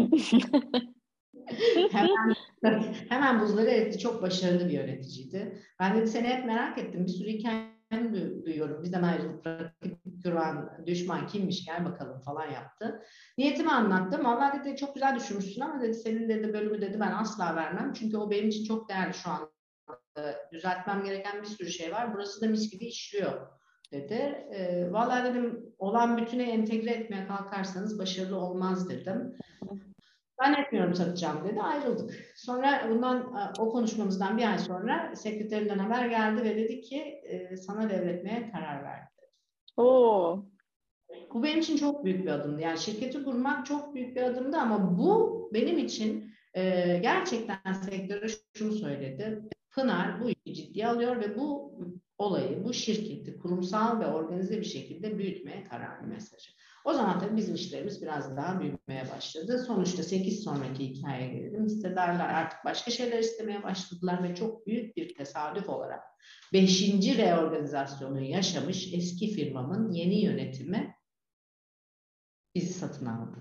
hemen hemen buzları eritti. Çok başarılı bir yöneticiydi. Ben dedi seni hep merak ettim. Bir sürü hikayeni duyuyorum. Bizden ayrılıp rakip duran düşman kimmiş gel bakalım falan yaptı. Niyetimi anlattım. Vallahi dedi çok güzel düşünmüşsün ama dedi senin dedi bölümü dedi ben asla vermem. Çünkü o benim için çok değerli şu an. Düzeltmem gereken bir sürü şey var. Burası da mis gibi işliyor dedi. E, vallahi dedim olan bütüne entegre etmeye kalkarsanız başarılı olmaz dedim. Ben etmiyorum satacağım dedi. Ayrıldık. Sonra bundan o konuşmamızdan bir ay sonra sekreterinden haber geldi ve dedi ki e, sana devretmeye karar verdi. Oo. Bu benim için çok büyük bir adımdı. Yani şirketi kurmak çok büyük bir adımdı ama bu benim için e, gerçekten sektöre şunu söyledi. Pınar bu işi ciddiye alıyor ve bu olayı, bu şirketi kurumsal ve organize bir şekilde büyütmeye kararlı mesajı. O zaman tabii bizim işlerimiz biraz daha büyümeye başladı. Sonuçta sekiz sonraki hikayeye gelelim. Hissedarlar artık başka şeyler istemeye başladılar ve çok büyük bir tesadüf olarak beşinci reorganizasyonu yaşamış eski firmamın yeni yönetimi bizi satın aldı.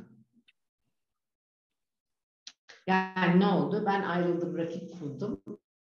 Yani ne oldu? Ben ayrıldım, rakip kurdum.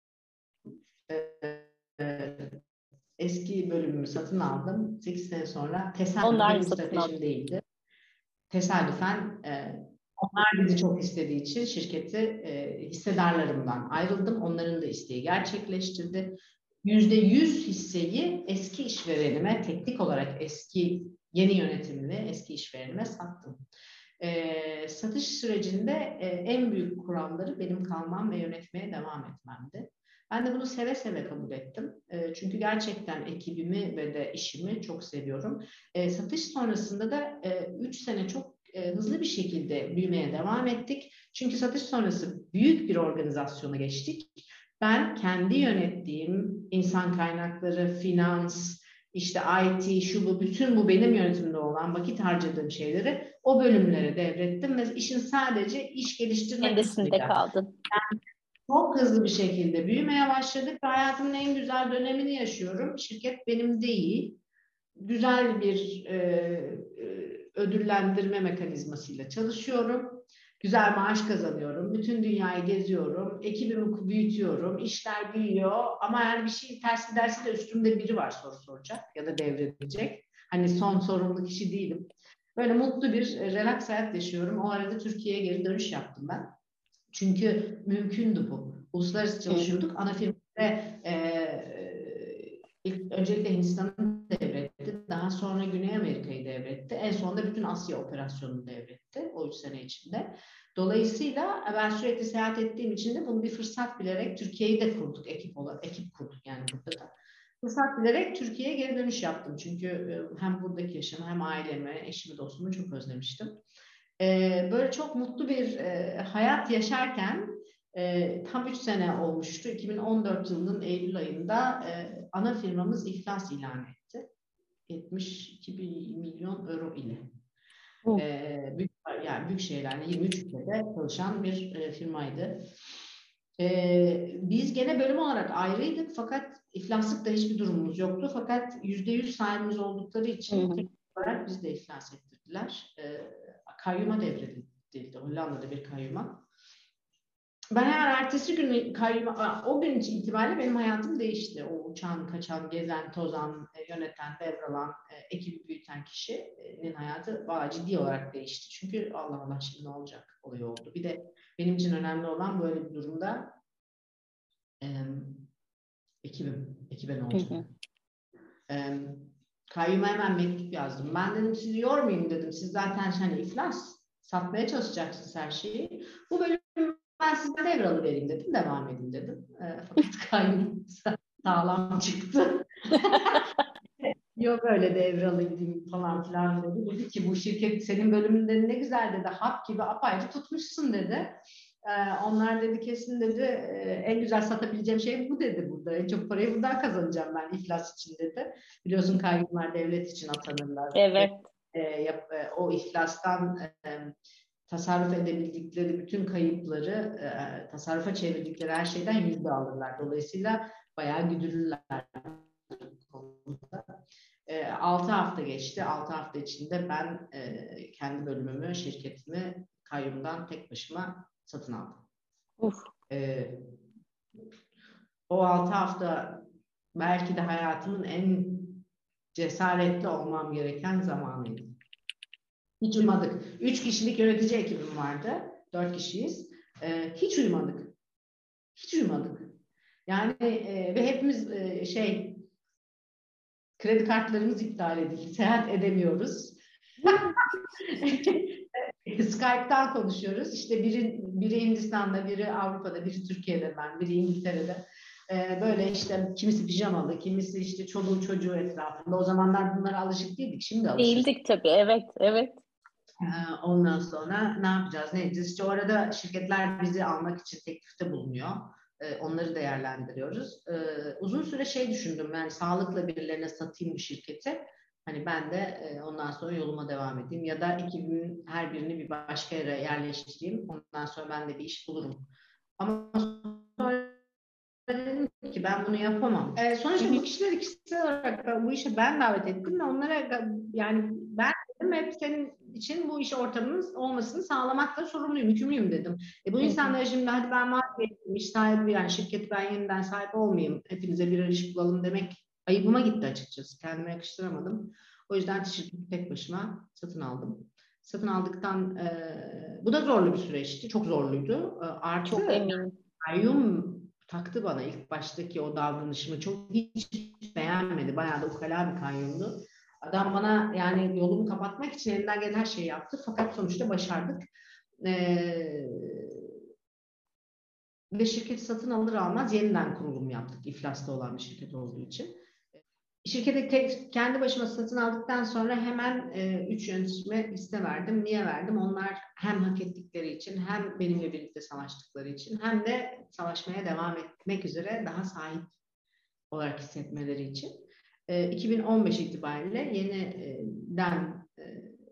Ee, eski bölümümü satın aldım. sekiz sene sonra tesadüfen Onlar benim satın aldı. stratejim değildi. Tesadüfen e, onlar bizi çok istediği için şirketi e, hissedarlarımdan ayrıldım. Onların da isteği gerçekleştirdi. Yüzde yüz hisseyi eski işverenime, teknik olarak eski yeni yönetimli eski işverenime sattım. E, satış sürecinde e, en büyük kuralları benim kalmam ve yönetmeye devam etmemdi. Ben de bunu seve seve kabul ettim. E, çünkü gerçekten ekibimi ve de işimi çok seviyorum. E, satış sonrasında da üç e, sene çok e, hızlı bir şekilde büyümeye devam ettik. Çünkü satış sonrası büyük bir organizasyona geçtik. Ben kendi yönettiğim insan kaynakları, finans, işte I T, şu bu, bütün bu benim yönetimde olan vakit harcadığım şeyleri o bölümlere devrettim ve işin sadece iş geliştirme Kendisinde kısmıyla. kaldın. Yani çok hızlı bir şekilde büyümeye başladık ve hayatımın en güzel dönemini yaşıyorum. Şirket benim değil, güzel bir e, e, ödüllendirme mekanizmasıyla çalışıyorum. Güzel maaş kazanıyorum. Bütün dünyayı geziyorum. Ekibimi büyütüyorum. İşler büyüyor. Ama yani bir şey ters giderse de üstümde biri var soru soracak ya da devredecek. Hani son sorumlu kişi değilim. Böyle mutlu bir relax hayat yaşıyorum. O arada Türkiye'ye geri dönüş yaptım ben. Çünkü mümkündü bu. Uluslararası çalışıyorduk. Ana firmada e, İlk, öncelikle Hindistan'ı devretti. Daha sonra Güney Amerika'yı devretti. En sonunda bütün Asya operasyonunu devretti o üç sene içinde. Dolayısıyla ben sürekli seyahat ettiğim için de bunu bir fırsat bilerek Türkiye'yi de kurduk ekip olarak. Ekip kurduk yani burada da. Fırsat bilerek Türkiye'ye geri dönüş yaptım. Çünkü e, hem buradaki yaşamı hem ailemi, eşimi, dostumu çok özlemiştim. E, böyle çok mutlu bir e, hayat yaşarken e, tam üç sene olmuştu. iki bin on dört yılının Eylül ayında e, ana firmamız iflas ilan etti. yetmiş iki milyon euro ile. Hı. E, büyük, yani büyük şeylerle yirmi üç ülkede çalışan bir e, firmaydı. E, biz gene bölüm olarak ayrıydık fakat iflaslıkta hiçbir durumumuz yoktu. Fakat yüzde yüz sahibimiz oldukları Hı için hı. tek olarak biz de iflas ettirdiler. E, kayyuma devredildi. Hollanda'da bir kayyuma. Ben hemen ertesi gün kayyuma, o gün itibariyle benim hayatım değişti. O uçan, kaçan, gezen, tozan, yöneten, devralan, ekibi büyüten kişinin hayatı bayağı ciddi olarak değişti. Çünkü Allah Allah şimdi ne olacak olayı oldu. Bir de benim için önemli olan böyle bir durumda e, ekibim, ekibe ne Hı olacak? hı. E, kayyuma hemen mektup yazdım. Ben dedim sizi yormayayım dedim. Siz zaten hani iflas, satmaya çalışacaksınız her şeyi. Bu bölüm ben size devralı vereyim dedim. Devam edin dedim. E, fakat kayyum sağlam çıktı. Yok öyle devralıydım falan filan dedi. Dedi ki bu şirket senin bölümünde ne güzel dedi. Hap gibi apayrı tutmuşsun dedi. Ee, onlar dedi kesin dedi e, en güzel satabileceğim şey bu dedi burada. En çok parayı buradan kazanacağım ben iflas için dedi. Biliyorsun kayyumlar devlet için atanırlar. Ve, Evet. e, yap, e, o iflastan e, tasarruf edebildikleri bütün kayıpları e, tasarrufa çevirdikleri her şeyden yüzde alırlar. Dolayısıyla bayağı güdülürler konuda. E, altı hafta geçti. Altı hafta içinde ben e, kendi bölümümü, şirketimi kayyumdan tek başıma satın aldım. Uf. E, o altı hafta belki de hayatımın en cesaretli olmam gereken zamanıydı. Hiç uyumadık. Üç kişilik yönetici ekibim vardı. Dört kişiyiz. E, hiç uyumadık. Hiç uyumadık. Yani e, ve hepimiz e, şey kredi kartlarımız iptal edildi. Seyahat edemiyoruz. Skype'tan konuşuyoruz. İşte biri, biri Hindistan'da, biri Avrupa'da, biri Türkiye'de ben, biri İngiltere'de. Ee, böyle işte kimisi pijamalı, kimisi işte çoluğu çocuğu etrafında. O zamanlar bunlara alışık değildik. Şimdi alışırız. Değildik tabii. Evet, evet. Ee, ondan sonra ne yapacağız, ne edeceğiz? İşte orada şirketler bizi almak için teklifte bulunuyor. Ee, onları değerlendiriyoruz. Ee, uzun süre şey düşündüm, yani sağlıkla birilerine satayım bu şirketi. Hani ben de e, ondan sonra yoluma devam edeyim. Ya da ekibin her birini bir başka yere yerleştireyim. Ondan sonra ben de bir iş bulurum. Ama sonra dedim ki ben bunu yapamam. Ee, Hı sonuçta bu hı. kişiler ikisi olarak bu işe ben davet ettim ve onlara yani ben dedim hep senin için bu iş ortamının olmasını sağlamakla sorumluyum, yükümlüyüm dedim. E, bu Hı hı. insanlara şimdi hadi ben vazgeçtim, iş sahibi yani şirket ben yeniden sahip olmayayım, hepinize bir iş bulalım demek ayıbıma gitti açıkçası. Kendime yakıştıramadım. O yüzden şirketi tek başıma satın aldım. Satın aldıktan e, bu da zorlu bir süreçti. Çok zorluydu. E, Çok artı eminim. kayyum taktı bana ilk baştaki o davranışımı. Çok hiç beğenmedi. Bayağı da ukala bir kayyumdu. Adam bana yani yolumu kapatmak için elinden gelen her şeyi yaptı. Fakat sonuçta başardık. Ee, ve şirketi satın alır almaz yeniden kurulum yaptık. İflasta olan bir şirket olduğu için. Şirketi tek, kendi başıma satın aldıktan sonra hemen e, üç yöneticime liste verdim. Niye verdim? Onlar hem hak ettikleri için hem benimle birlikte savaştıkları için hem de savaşmaya devam etmek üzere daha sahip olarak hissetmeleri için. E, iki bin on beş itibariyle yeniden e,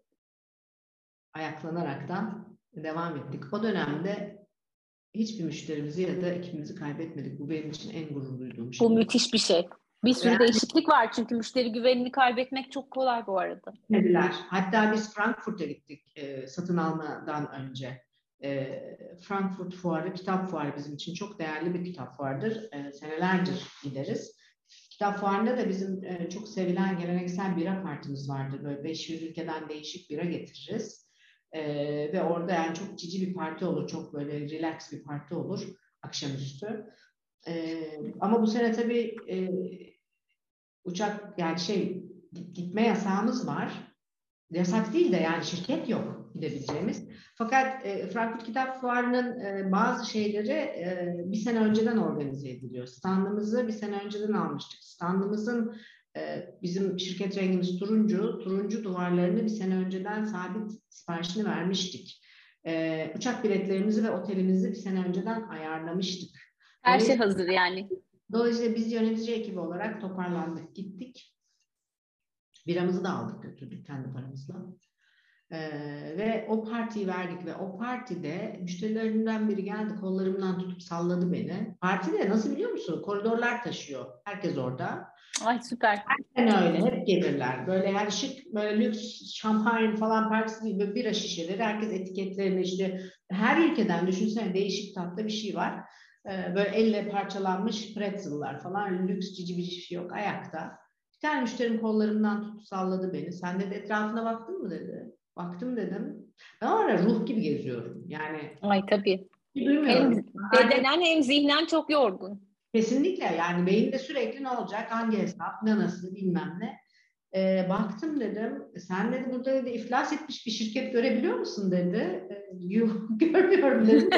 ayaklanaraktan devam ettik. O dönemde hiçbir müşterimizi ya da ekibimizi kaybetmedik. Bu benim için en gurur duyduğum Bu şey. müthiş bir şey. Bir sürü değişiklik var çünkü müşteri güvenini kaybetmek çok kolay bu arada. Dediler. Hatta biz Frankfurt'a gittik e, satın almadan önce. E, Frankfurt Fuarı, kitap fuarı bizim için çok değerli bir kitap fuarıdır. E, senelerdir gideriz. Kitap fuarında da bizim e, çok sevilen geleneksel bira partimiz vardır. Böyle beş yüz ülkeden değişik bira getiririz. E, ve orada yani çok cici bir parti olur. Çok böyle relax bir parti olur akşamüstü. E, ama bu sene tabii e, uçak yani şey gitme yasağımız var. Yasak değil de yani şirket yok gidebileceğimiz. Fakat e, Frankfurt Kitap Fuarı'nın e, bazı şeyleri e, bir sene önceden organize ediliyor. Standımızı bir sene önceden almıştık. Standımızın e, bizim şirket rengimiz turuncu. Turuncu duvarlarını bir sene önceden sabit siparişini vermiştik. E, uçak biletlerimizi ve otelimizi bir sene önceden ayarlamıştık. Her şey hazır yani. Dolayısıyla biz yönetici ekibi olarak toparlandık, gittik. Biramızı da aldık, götürdük kendi paramızla. Ee, ve o partiyi verdik ve o partide müşterilerimden biri geldi, kollarımdan tutup salladı beni. Partide nasıl biliyor musun? Koridorlar taşıyor. Herkes orada. Ay süper. Aynen öyle. Hep gelirler. Böyle yani şık, böyle lüks şampanya falan partisi değil. Böyle bira şişeleri. Herkes etiketlerini işte her ülkeden düşünsene değişik tatlı bir şey var. Ee, böyle elle parçalanmış pretzel'lar falan. Lüks cici bir şey yok. Ayakta. Bir tane müşterim kollarımdan tutup salladı beni. Sen de etrafına baktın mı dedi. Baktım dedim. Ben orada ruh gibi geziyorum. Yani Ay tabii. Hem duymuyorum. bedenen hem zihnen çok yorgun. Kesinlikle yani beyinde sürekli ne olacak, hangi hesap, ne nasıl bilmem ne. Ee, baktım dedim, sen dedi burada dedi, iflas etmiş bir şirket görebiliyor musun dedi. Ee, Yuh görmüyorum dedim.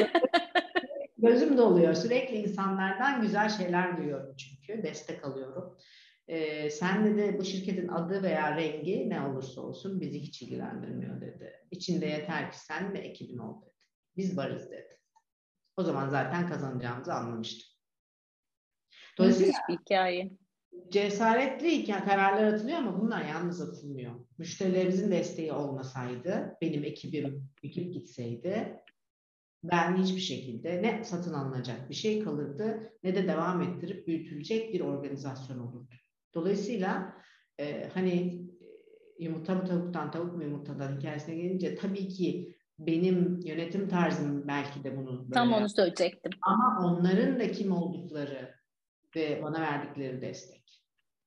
Gözüm doluyor. Sürekli insanlardan güzel şeyler duyuyorum çünkü. Destek alıyorum. Ee, sen dedi bu şirketin adı veya rengi ne olursa olsun bizi hiç ilgilendirmiyor dedi. İçinde yeter ki sen ve ekibin ol dedi. Biz varız dedi. O zaman zaten kazanacağımızı anlamıştım. Dolayısıyla Müthiş bir hikaye. cesaretli kararlar atılıyor ama bunlar yalnız atılmıyor. Müşterilerimizin desteği olmasaydı, benim ekibim ekip gitseydi ben hiçbir şekilde ne satın alınacak bir şey kalırdı ne de devam ettirip büyütülecek bir organizasyon olurdu. Dolayısıyla e, hani yumurta mı tavuktan, tavuk mu yumurtadan hikayesine gelince tabii ki benim yönetim tarzım belki de bunu Tam böyle onu yaptı. söyleyecektim. Ama onların da kim oldukları ve bana verdikleri destek.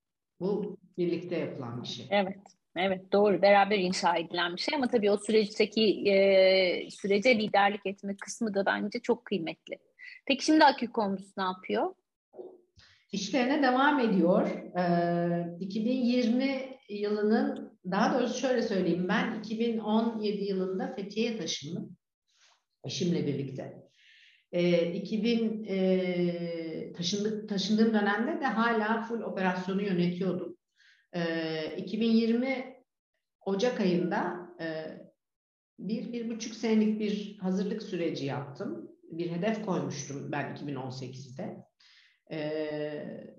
Bu birlikte yapılan bir şey. Evet. Evet doğru. Beraber inşa edilen bir şey ama tabii o süreçteki e, sürece liderlik etme kısmı da bence çok kıymetli. Peki şimdi Akükomus ne yapıyor? İşlerine devam ediyor. Ee, iki bin yirmi yılının, daha doğrusu şöyle söyleyeyim, ben iki bin on yedi yılında Fethiye'ye taşındım eşimle birlikte. Ee, iki bin e, taşındık, taşındığım dönemde de hala full operasyonu yönetiyordum. Ee, iki bin yirmi Ocak ayında e, bir, bir buçuk senelik bir hazırlık süreci yaptım. Bir hedef koymuştum ben iki bin on sekizde. Ee,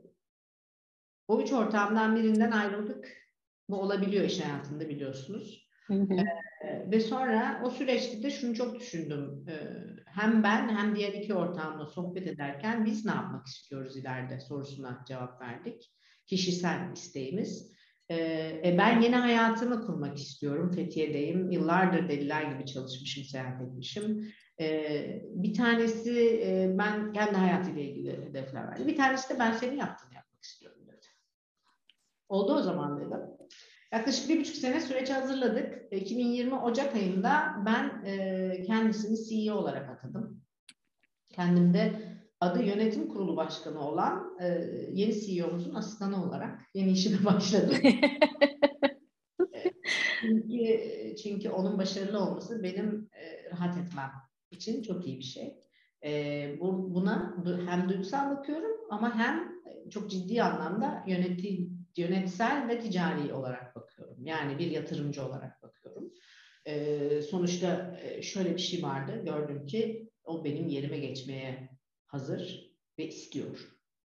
O üç ortağımdan birinden ayrıldık. Bu olabiliyor iş hayatında biliyorsunuz. Hı hı. Ee, ve sonra o süreçte de şunu çok düşündüm. Ee, hem ben hem diğer iki ortağımla sohbet ederken biz ne yapmak istiyoruz ileride sorusuna cevap verdik. Kişisel isteğimiz. Ee, e, ben yeni hayatımı kurmak istiyorum. Fethiye'deyim. Yıllardır deliler gibi çalışmışım, seyahat etmişim. Ee, bir tanesi e, ben kendi hayatıyla ilgili hedefler verdim. Bir tanesi de ben senin yaptığını yapmak istiyorum dedi. Oldu o zaman dedim. Yaklaşık bir buçuk sene süreç hazırladık. iki bin yirmi Ocak ayında ben e, kendisini C E O olarak atadım. Kendim de adı yönetim kurulu başkanı olan e, yeni C E O'muzun asistanı olarak yeni işime başladım. çünkü, çünkü onun başarılı olması benim e, rahat etmem için çok iyi bir şey. E, bu, buna hem duygusal bakıyorum ama hem çok ciddi anlamda yönetim, yönetsel ve ticari olarak bakıyorum. Yani bir yatırımcı olarak bakıyorum. E, sonuçta şöyle bir şey vardı. Gördüm ki o benim yerime geçmeye hazır ve istiyor.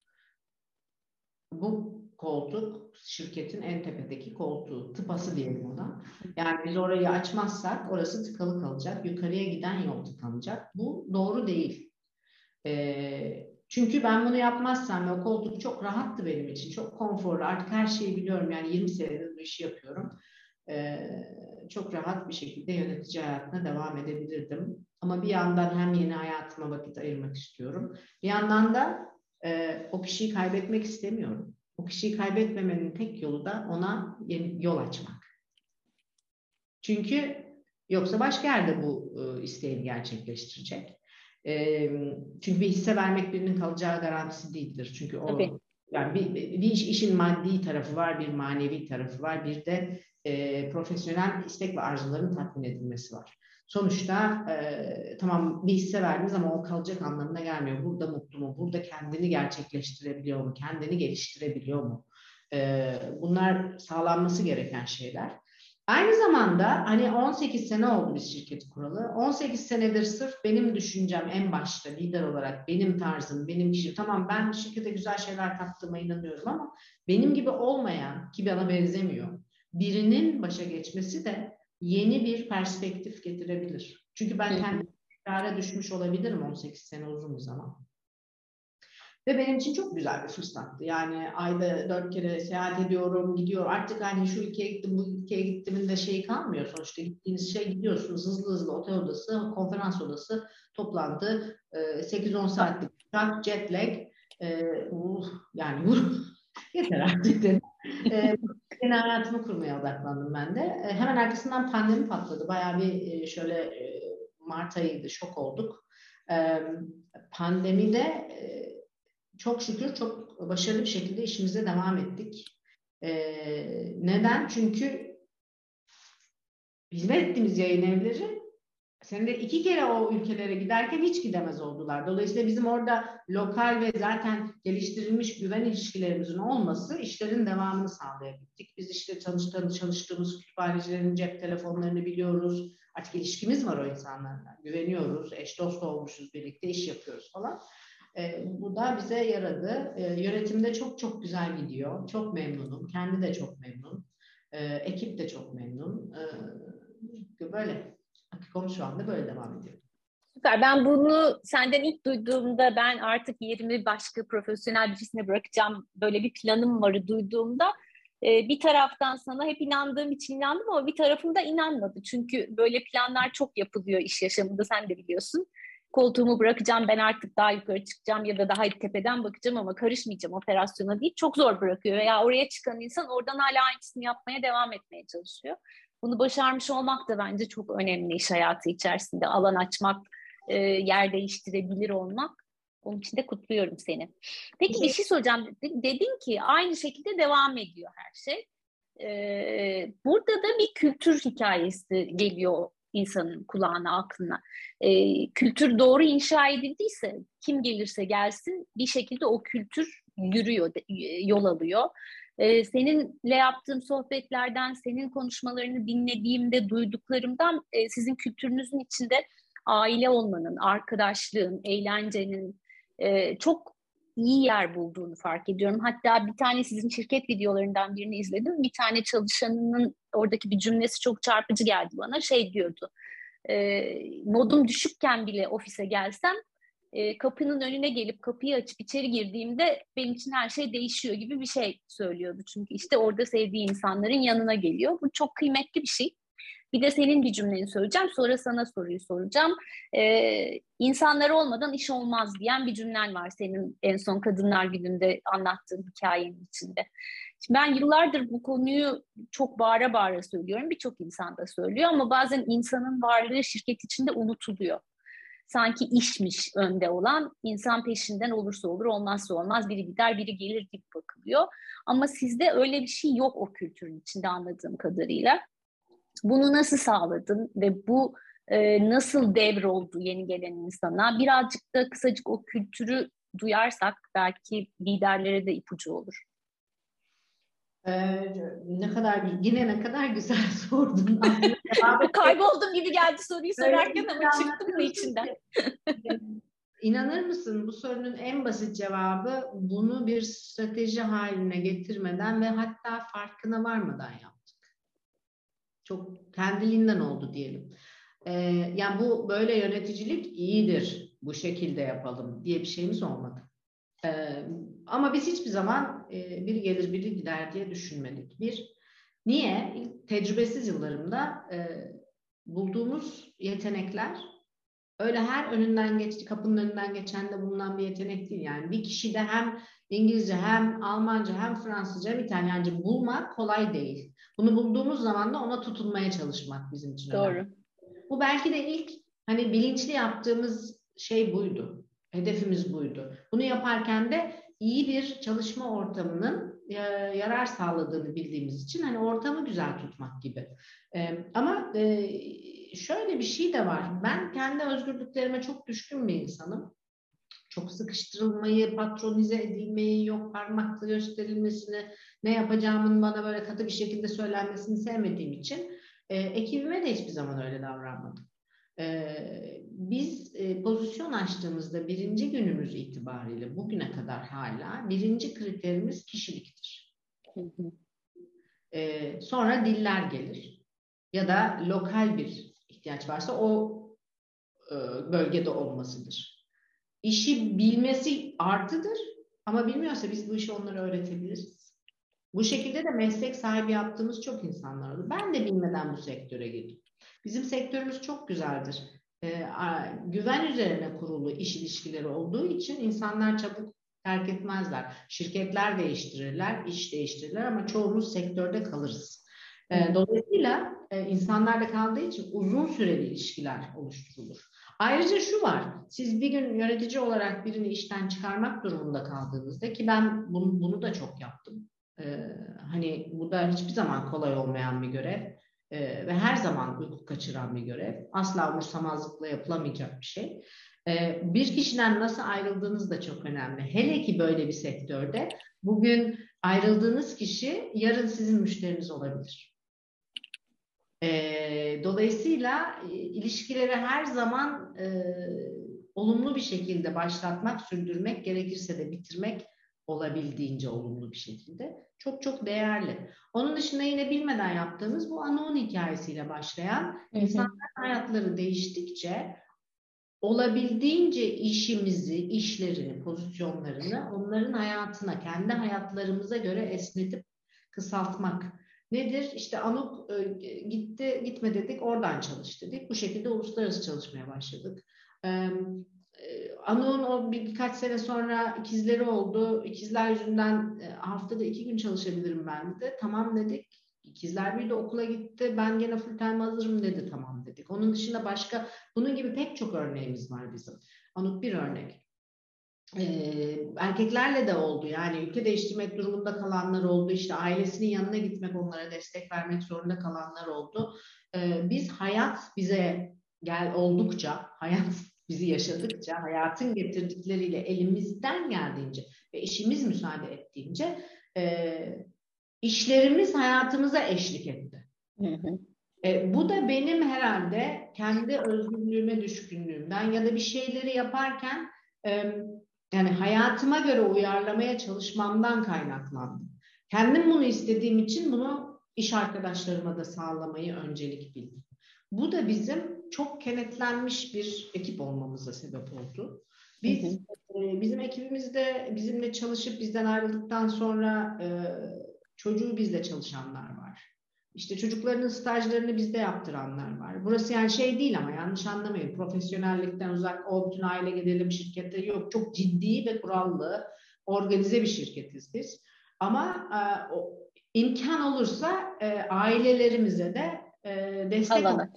Bu koltuk şirketin en tepedeki koltuğu, tıpası diyelim ona. Yani biz orayı açmazsak orası tıkalı kalacak. Yukarıya giden yol tıkanacak. Bu doğru değil. E, çünkü ben bunu yapmazsam ve o koltuk çok rahattı benim için. Çok konforlu. Artık her şeyi biliyorum. Yani yirmi senedir bu işi yapıyorum. E, çok rahat bir şekilde yönetici hayatına devam edebilirdim. Ama bir yandan hem yeni hayatıma vakit ayırmak istiyorum. Bir yandan da e, o kişiyi kaybetmek istemiyorum. O kişiyi kaybetmemenin tek yolu da ona yol açmak. Çünkü yoksa başka yerde bu e, isteğini gerçekleştirecek. E, çünkü bir hisse vermek birinin kalacağı garantisi değildir. Çünkü o Tabii. Yani bir, bir iş, işin maddi tarafı var, bir manevi tarafı var, bir de e, profesyonel istek ve arzuların tatmin edilmesi var. Sonuçta e, tamam bir hisse verdiniz ama o kalacak anlamına gelmiyor. Burada mutlu mu? Burada kendini gerçekleştirebiliyor mu? Kendini geliştirebiliyor mu? E, bunlar sağlanması gereken şeyler. Aynı zamanda hani on sekiz sene oldu biz şirketi kuralı. on sekiz senedir sırf benim düşüncem en başta lider olarak benim tarzım, benim kişi. Tamam ben şirkete güzel şeyler kattığıma inanıyorum ama benim gibi olmayan ki bana benzemiyor birinin başa geçmesi de yeni bir perspektif getirebilir. Çünkü ben kendi karara düşmüş olabilirim on sekiz sene uzun bir zaman. Ve benim için çok güzel bir fırsattı. Yani ayda dört kere seyahat ediyorum, gidiyorum. Artık hani şu ülkeye gittim, bu ülkeye gittimin de şeyi kalmıyor. Sonuçta gittiğiniz şey gidiyorsunuz hızlı hızlı otel odası, konferans odası, toplantı, sekiz on saatlik uçak, jet lag. Uh, yani uh, yeter artık dedim. Yeni hayatımı kurmaya odaklandım ben de. Hemen arkasından pandemi patladı. Bayağı bir şöyle Mart ayıydı, şok olduk. Pandemide çok şükür çok başarılı bir şekilde işimize devam ettik. Ee, neden? Çünkü hizmet ettiğimiz yayın evleri senede iki kere o ülkelere giderken hiç gidemez oldular. Dolayısıyla bizim orada lokal ve zaten geliştirilmiş güven ilişkilerimizin olması işlerin devamını sağlayabildik. Biz işte çalıştığımız, çalıştığımız kütüphanecilerin cep telefonlarını biliyoruz. Artık ilişkimiz var o insanlarla. Güveniyoruz, eş dost olmuşuz, birlikte iş yapıyoruz falan. E, bu da bize yaradı. E, yönetimde çok çok güzel gidiyor. Çok memnunum. Kendi de çok memnun. E, ekip de çok memnun. E, böyle. Akikom şu anda böyle devam ediyor. Süper. Ben bunu senden ilk duyduğumda ben artık yerimi başka profesyonel birisine bırakacağım. Böyle bir planım varı duyduğumda e, bir taraftan sana hep inandığım için inandım ama bir tarafım da inanmadı. Çünkü böyle planlar çok yapılıyor iş yaşamında sen de biliyorsun. Koltuğumu bırakacağım ben artık daha yukarı çıkacağım ya da daha tepeden bakacağım ama karışmayacağım operasyona deyip çok zor bırakıyor. Veya oraya çıkan insan oradan hala aynısını yapmaya devam etmeye çalışıyor. Bunu başarmış olmak da bence çok önemli iş hayatı içerisinde. Alan açmak, e, yer değiştirebilir olmak. Onun için de kutluyorum seni. Peki bir şey soracağım. Dedin ki aynı şekilde devam ediyor her şey. E, burada da bir kültür hikayesi geliyor insanın kulağına, aklına. E, kültür doğru inşa edildiyse kim gelirse gelsin bir şekilde o kültür yürüyor, yol alıyor. Ee, seninle yaptığım sohbetlerden, senin konuşmalarını dinlediğimde, duyduklarımdan e, sizin kültürünüzün içinde aile olmanın, arkadaşlığın, eğlencenin e, çok iyi yer bulduğunu fark ediyorum. Hatta bir tane sizin şirket videolarından birini izledim. Bir tane çalışanının oradaki bir cümlesi çok çarpıcı geldi bana. Şey diyordu, e, modum düşükken bile ofise gelsem e, kapının önüne gelip kapıyı açıp içeri girdiğimde benim için her şey değişiyor gibi bir şey söylüyordu. Çünkü işte orada sevdiği insanların yanına geliyor. Bu çok kıymetli bir şey. Bir de senin bir cümleni söyleyeceğim. Sonra sana soruyu soracağım. Ee, insanlar olmadan iş olmaz diyen bir cümlen var senin en son Kadınlar Günü'nde anlattığın hikayenin içinde. Şimdi ben yıllardır bu konuyu çok bağıra bağıra söylüyorum. Birçok insan da söylüyor ama bazen insanın varlığı şirket içinde unutuluyor. Sanki işmiş önde olan, insan peşinden olursa olur, olmazsa olmaz, biri gider, biri gelir gibi bakılıyor. Ama sizde öyle bir şey yok o kültürün içinde anladığım kadarıyla. Bunu nasıl sağladın ve bu e, nasıl devroldu yeni gelen insana? Birazcık da kısacık o kültürü duyarsak belki liderlere de ipucu olur. Ee, ne kadar yine ne kadar güzel sordun. Kayboldum gibi geldi soruyu sorarken ama çıktım da içinden. İnanır mısın bu sorunun en basit cevabı bunu bir strateji haline getirmeden ve hatta farkına varmadan yaptık. Çok kendiliğinden oldu diyelim. Ee, yani bu böyle yöneticilik iyidir, bu şekilde yapalım diye bir şeyimiz olmadı. Ee, ama biz hiçbir zaman e, biri gelir biri gider diye düşünmedik. Bir, niye? Tecrübesiz yıllarımda e, bulduğumuz yetenekler öyle her önünden geçti, kapının önünden geçen de bulunan bir yetenek değil. Yani bir kişide hem İngilizce hem Almanca hem Fransızca hem İtalyanca bulmak kolay değil. Bunu bulduğumuz zaman da ona tutunmaya çalışmak bizim için Doğru. önemli. Bu belki de ilk hani bilinçli yaptığımız şey buydu. Hedefimiz buydu. Bunu yaparken de iyi bir çalışma ortamının e, yarar sağladığını bildiğimiz için hani ortamı güzel tutmak gibi. E, ama e, şöyle bir şey de var. Ben kendi özgürlüklerime çok düşkün bir insanım. Çok sıkıştırılmayı, patronize edilmeyi, yok parmakla gösterilmesini, ne yapacağımın bana böyle katı bir şekilde söylenmesini sevmediğim için e, ekibime de hiçbir zaman öyle davranmadım. E, biz e, pozisyon açtığımızda birinci günümüz itibariyle bugüne kadar hala birinci kriterimiz kişiliktir. Hı hı. E, sonra diller gelir ya da lokal bir ihtiyaç varsa o e, bölgede olmasıdır. İşi bilmesi artıdır ama bilmiyorsa biz bu işi onlara öğretebiliriz. Bu şekilde de meslek sahibi yaptığımız çok insanlar oldu. Ben de bilmeden bu sektöre girdim. Bizim sektörümüz çok güzeldir. Ee, güven üzerine kurulu iş ilişkileri olduğu için insanlar çabuk terk etmezler. Şirketler değiştirirler, iş değiştirirler ama çoğumuz sektörde kalırız. Ee, dolayısıyla e, insanlarla kaldığı için uzun süreli ilişkiler oluşturulur. Ayrıca şu var, siz bir gün yönetici olarak birini işten çıkarmak durumunda kaldığınızda ki ben bunu, bunu da çok yaptım. Ee, hani bu da hiçbir zaman kolay olmayan bir görev ee, ve her zaman uyku kaçıran bir görev. Asla umursamazlıkla yapılamayacak bir şey. Ee, bir kişiden nasıl ayrıldığınız da çok önemli. Hele ki böyle bir sektörde bugün ayrıldığınız kişi yarın sizin müşteriniz olabilir. E, dolayısıyla e, ilişkileri her zaman e, olumlu bir şekilde başlatmak, sürdürmek, gerekirse de bitirmek olabildiğince olumlu bir şekilde çok çok değerli. Onun dışında yine bilmeden yaptığımız bu Anok'un hikayesiyle başlayan insanların hayatları değiştikçe olabildiğince işimizi, işlerini, pozisyonlarını onların hayatına, kendi hayatlarımıza göre esnetip kısaltmak. Nedir? İşte Anok e, gitti, gitme dedik, oradan çalış dedik. Bu şekilde uluslararası çalışmaya başladık. E, Anok'un o bir, birkaç sene sonra ikizleri oldu. İkizler yüzünden e, haftada iki gün çalışabilirim ben dedi. Tamam dedik. İkizler bir de okula gitti. Ben gene full time hazırım dedi. Tamam dedik. Onun dışında başka bunun gibi pek çok örneğimiz var bizim. Anok bir örnek. Ee, erkeklerle de oldu. Yani ülke değiştirmek durumunda kalanlar oldu. İşte ailesinin yanına gitmek, onlara destek vermek zorunda kalanlar oldu. Ee, biz hayat bize gel oldukça, hayat bizi yaşadıkça, hayatın getirdikleriyle elimizden geldiğince ve işimiz müsaade ettiğince e, işlerimiz hayatımıza eşlik etti. Hı hı. E, bu da benim herhalde kendi özgürlüğüme düşkünlüğümden ya da bir şeyleri yaparken e, yani hayatıma göre uyarlamaya çalışmamdan kaynaklandı. Kendim bunu istediğim için bunu iş arkadaşlarıma da sağlamayı öncelik bildim. Bu da bizim çok kenetlenmiş bir ekip olmamıza sebep oldu. Biz hı hı. E, bizim ekibimizde bizimle çalışıp bizden ayrıldıktan sonra e, çocuğu bizle çalışanlar var. İşte çocuklarının stajlarını bizde yaptıranlar var. Burası yani şey değil ama yanlış anlamayın. Profesyonellikten uzak, o bütün aile gidelim şirkette yok. Çok ciddi ve kurallı, organize bir şirketiz biz. Ama e, o, imkan olursa e, ailelerimize de e, destek olmak.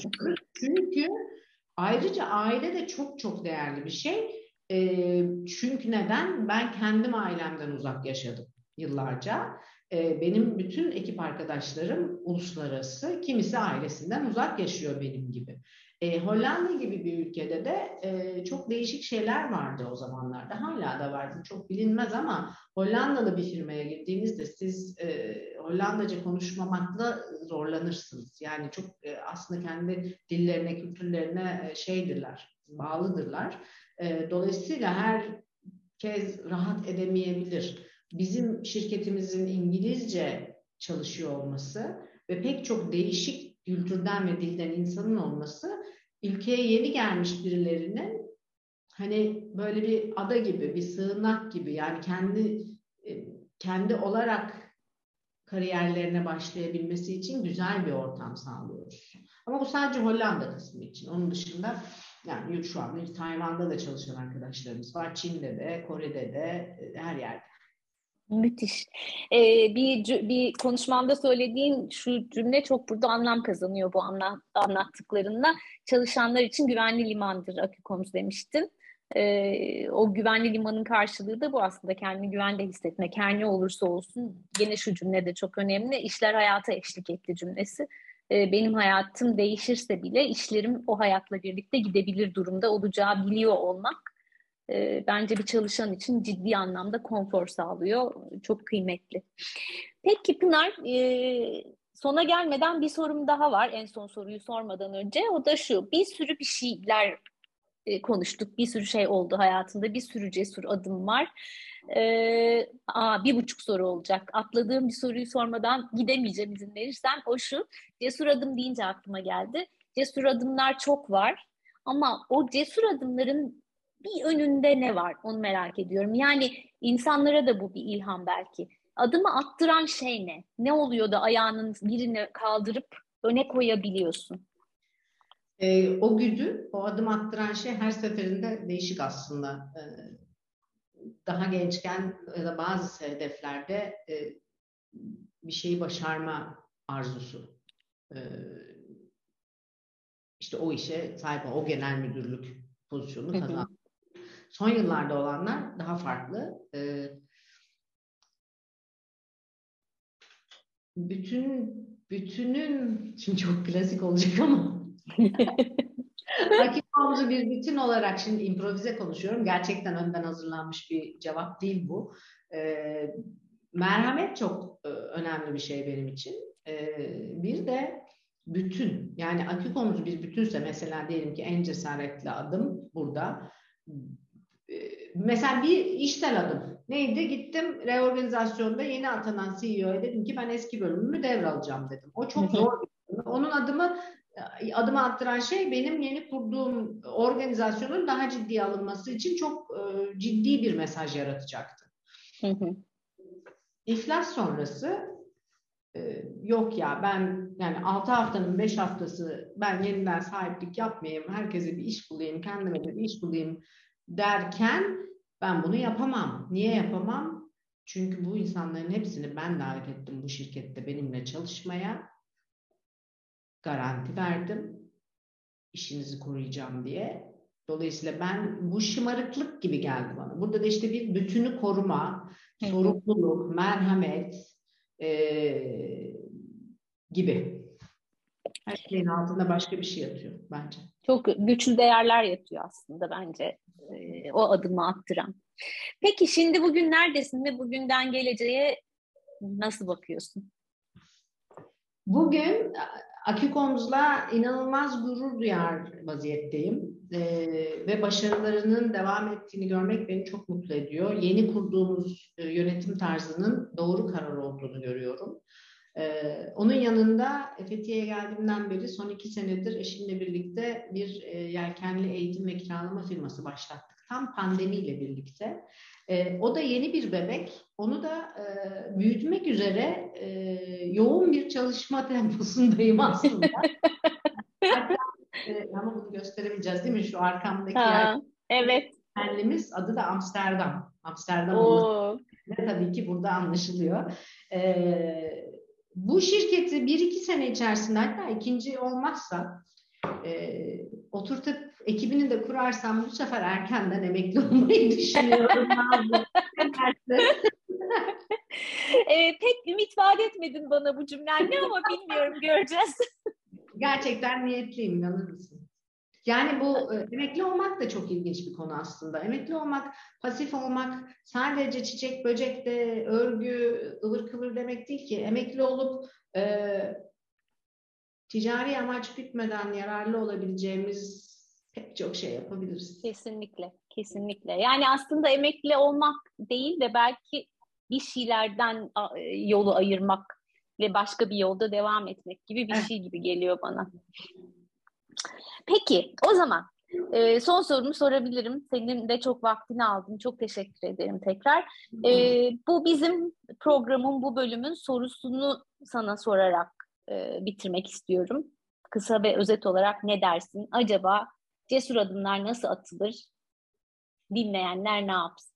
Çünkü ayrıca aile de çok çok değerli bir şey. E, çünkü neden? Ben kendim ailemden uzak yaşadım yıllarca. Benim bütün ekip arkadaşlarım uluslararası, kimisi ailesinden uzak yaşıyor benim gibi. E, Hollanda gibi bir ülkede de e, çok değişik şeyler vardı o zamanlarda. Hala da vardı, çok bilinmez ama Hollandalı bir firmaya girdiğinizde siz e, Hollandaca konuşmamakla zorlanırsınız. Yani çok e, aslında kendi dillerine, kültürlerine e, şeydirler, bağlıdırlar. E, dolayısıyla herkes rahat edemeyebilir. Bizim şirketimizin İngilizce çalışıyor olması ve pek çok değişik kültürden ve dilden insanın olması ülkeye yeni gelmiş birilerinin hani böyle bir ada gibi, bir sığınak gibi yani kendi kendi olarak kariyerlerine başlayabilmesi için güzel bir ortam sağlıyoruz. Ama bu sadece Hollanda kısmı için. Onun dışında yani şu anda Tayvan'da da çalışan arkadaşlarımız var. Çin'de de, Kore'de de, her yerde. Müthiş. Ee, bir bir konuşmanda söylediğin şu cümle çok burada anlam kazanıyor bu anlat, anlattıklarında. Çalışanlar için güvenli limandır Akikoms demiştin. Ee, o güvenli limanın karşılığı da bu aslında. Kendini güvende hissetmek. Her ne olursa olsun. Gene şu cümle de çok önemli. İşler hayata eşlik etti cümlesi. Ee, benim hayatım değişirse bile işlerim o hayatla birlikte gidebilir durumda olacağı biliyor olmak e, bence bir çalışan için ciddi anlamda konfor sağlıyor. Çok kıymetli. Peki Pınar, e, sona gelmeden bir sorum daha var en son soruyu sormadan önce. O da şu, bir sürü bir şeyler e, konuştuk, bir sürü şey oldu hayatında, bir sürü cesur adım var. E, aa, bir buçuk soru olacak. Atladığım bir soruyu sormadan gidemeyeceğim izin verirsen. O şu, cesur adım deyince aklıma geldi. Cesur adımlar çok var ama o cesur adımların bir önünde ne var onu merak ediyorum. Yani insanlara da bu bir ilham belki. Adımı attıran şey ne? Ne oluyor da ayağının birini kaldırıp öne koyabiliyorsun? E, o güdü, o adım attıran şey her seferinde değişik aslında. E, daha gençken ya da bazı hedeflerde e, bir şeyi başarma arzusu. E, işte o işe sahip o genel müdürlük pozisyonunu Hı hı. kazan. Son yıllarda olanlar daha farklı. E, bütün bütünün, şimdi çok klasik olacak ama Akif Hamza bir bütün olarak şimdi improvize konuşuyorum. Gerçekten önden hazırlanmış bir cevap değil bu. Ee, merhamet çok e, önemli bir şey benim için. Ee, bir de bütün, yani akü konusu bir bütünse mesela diyelim ki en cesaretli adım burada. Ee, mesela bir işsel adım. Neydi? Gittim reorganizasyonda yeni atanan C E O'ya dedim ki ben eski bölümümü devralacağım dedim. O Hı çok hı. zor bir adım. Onun adımı adımı attıran şey benim yeni kurduğum organizasyonun daha ciddiye alınması için çok e, ciddi bir mesaj yaratacaktı. Hı hı. İflas sonrası e, yok ya ben yani altı haftanın beş haftası ben yeniden sahiplik yapmayayım, herkese bir iş bulayım, kendime de bir iş bulayım derken ben bunu yapamam. Niye yapamam? Çünkü bu insanların hepsini ben davet ettim bu şirkette benimle çalışmaya. Garanti verdim. İşinizi koruyacağım diye. Dolayısıyla ben bu şımarıklık gibi geldi bana. Burada da işte bir bütünü koruma, Hı hı. sorumluluk, merhamet e, gibi. Her şeyin altında başka bir şey yatıyor bence. Çok güçlü değerler yatıyor aslında bence e, o adımı attıran. Peki şimdi bugün neredesin ve bugünden geleceğe nasıl bakıyorsun? Bugün Akikom'uzla inanılmaz gurur duyar vaziyetteyim. Ee, ve başarılarının devam ettiğini görmek beni çok mutlu ediyor. Yeni kurduğumuz e, yönetim tarzının doğru karar olduğunu görüyorum. Ee, onun yanında Fethiye'ye geldiğimden beri son iki senedir eşimle birlikte bir e, yelkenli eğitim ve kiralama firması başlattık. Tam pandemiyle birlikte. E, o da yeni bir bebek. Onu da e, büyütmek üzere e, yoğun bir çalışma temposundayım aslında. Hatta e, ama bunu gösterebileceğiz değil mi? Şu arkamdaki Ha, evet. yelkenlimiz adı da Amsterdam. Amsterdam olması O tabii ki burada anlaşılıyor. E, bu şirketi bir iki sene içerisinde hatta ikinci olmazsa e, oturtup ekibini de kurarsam bu sefer erkenden emekli olmayı düşünüyorum. e, pek ümit vaat etmedin bana bu cümlenle ama bilmiyorum göreceğiz. Gerçekten niyetliyim, inanır mısın? Yani bu e, emekli olmak da çok ilginç bir konu aslında. Emekli olmak, pasif olmak, sadece çiçek, böcek de, örgü, ıvır kıvır demek değil ki. Emekli olup e, ticari amaç gütmeden yararlı olabileceğimiz pek çok şey yapabiliriz. Kesinlikle, kesinlikle. Yani aslında emekli olmak değil de belki bir şeylerden a, yolu ayırmak ve başka bir yolda devam etmek gibi bir Evet. şey gibi geliyor bana. Peki, o zaman e, son sorumu sorabilirim. Senin de çok vaktini aldım. Çok teşekkür ederim tekrar. E, bu bizim programın, bu bölümün sorusunu sana sorarak e, bitirmek istiyorum. Kısa ve özet olarak ne dersin? Acaba cesur adımlar nasıl atılır? Dinleyenler ne yapsın?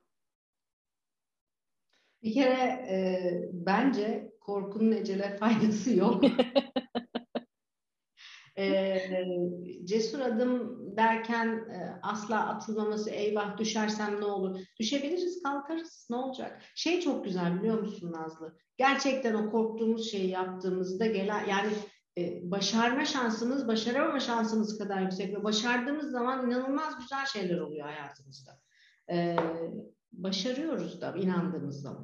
Bir kere e, bence korkunun ecele faydası yok. E, cesur adım derken e, asla atılmaması, eyvah düşersem ne olur? Düşebiliriz, kalkarız, ne olacak? Şey çok güzel biliyor musun Nazlı? Gerçekten o korktuğumuz şeyi yaptığımızda gelen, yani e, başarma şansımız, başaramama şansımız kadar yüksek ve başardığımız zaman inanılmaz güzel şeyler oluyor hayatımızda. E, başarıyoruz da inandığımız zaman.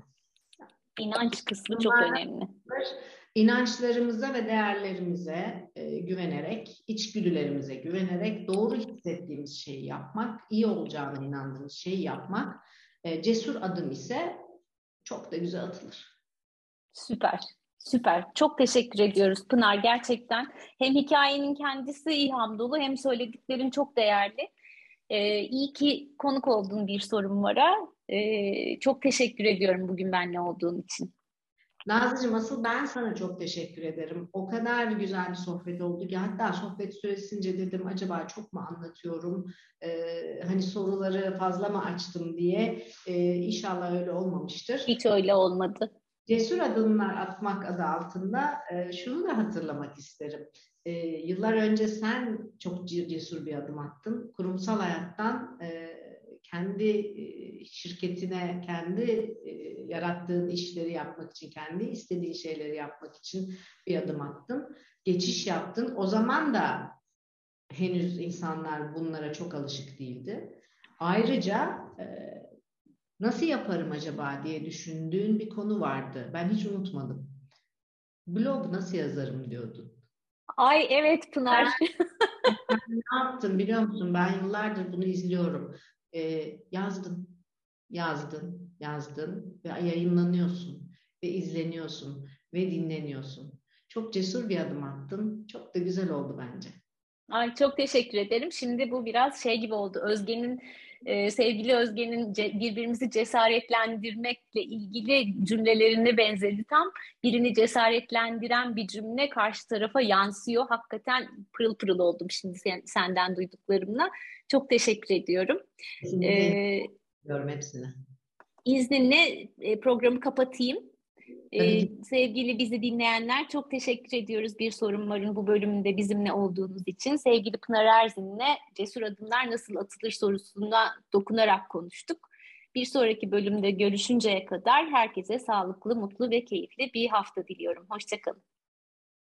İnanç kısmı çok Bunlar önemli. inançlarımıza ve değerlerimize e, güvenerek, içgüdülerimize güvenerek doğru hissettiğimiz şeyi yapmak, iyi olacağına inandığımız şeyi yapmak, e, cesur adım ise çok da güzel atılır. Süper, süper. Çok teşekkür ediyoruz Pınar. Gerçekten hem hikayenin kendisi ilham dolu hem söylediklerin çok değerli. Ee, iyi ki konuk oldun bir sorum vara. Ee, çok teşekkür ediyorum bugün benimle olduğun için. Nazlıcığım, asıl ben sana çok teşekkür ederim. O kadar güzel bir sohbet oldu ki hatta sohbet süresince dedim acaba çok mu anlatıyorum, Ee, hani soruları fazla mı açtım diye. Ee, İnşallah öyle olmamıştır. Hiç öyle olmadı. Cesur adımlar atmak adı altında e, şunu da hatırlamak isterim. E, yıllar önce sen çok cesur bir adım attın. Kurumsal hayattan e, kendi e, şirketine, kendi e, yarattığın işleri yapmak için, kendi istediğin şeyleri yapmak için bir adım attın. Geçiş yaptın. O zaman da henüz insanlar bunlara çok alışık değildi. Ayrıca e, nasıl yaparım acaba diye düşündüğün bir konu vardı. Ben hiç unutmadım. Blog nasıl yazarım diyordun. Ay evet Pınar. Ne yaptım biliyor musun? Ben yıllardır bunu izliyorum. Ee, yazdım, yazdın, yazdın ve yayınlanıyorsun ve izleniyorsun ve dinleniyorsun. Çok cesur bir adım attın. Çok da güzel oldu bence. Ay çok teşekkür ederim. Şimdi bu biraz şey gibi oldu. Özge'nin e, sevgili Özge'nin ce- birbirimizi cesaretlendirmekle ilgili cümlelerine benzedi tam. Birini cesaretlendiren bir cümle karşı tarafa yansıyor. Hakikaten pırıl pırıl oldum şimdi sen- senden duyduklarımla. Çok teşekkür ediyorum. Kesinlikle E, diyorum hepsini. izninle e, programı kapatayım. Tabii Ee, ki sevgili bizi dinleyenler çok teşekkür ediyoruz Bir Sorun Var'ın bu bölümünde bizimle olduğunuz için. Sevgili Pınar Erzin'le cesur adımlar nasıl atılır sorusuna dokunarak konuştuk. Bir sonraki bölümde görüşünceye kadar herkese sağlıklı, mutlu ve keyifli bir hafta diliyorum. Hoşça kalın.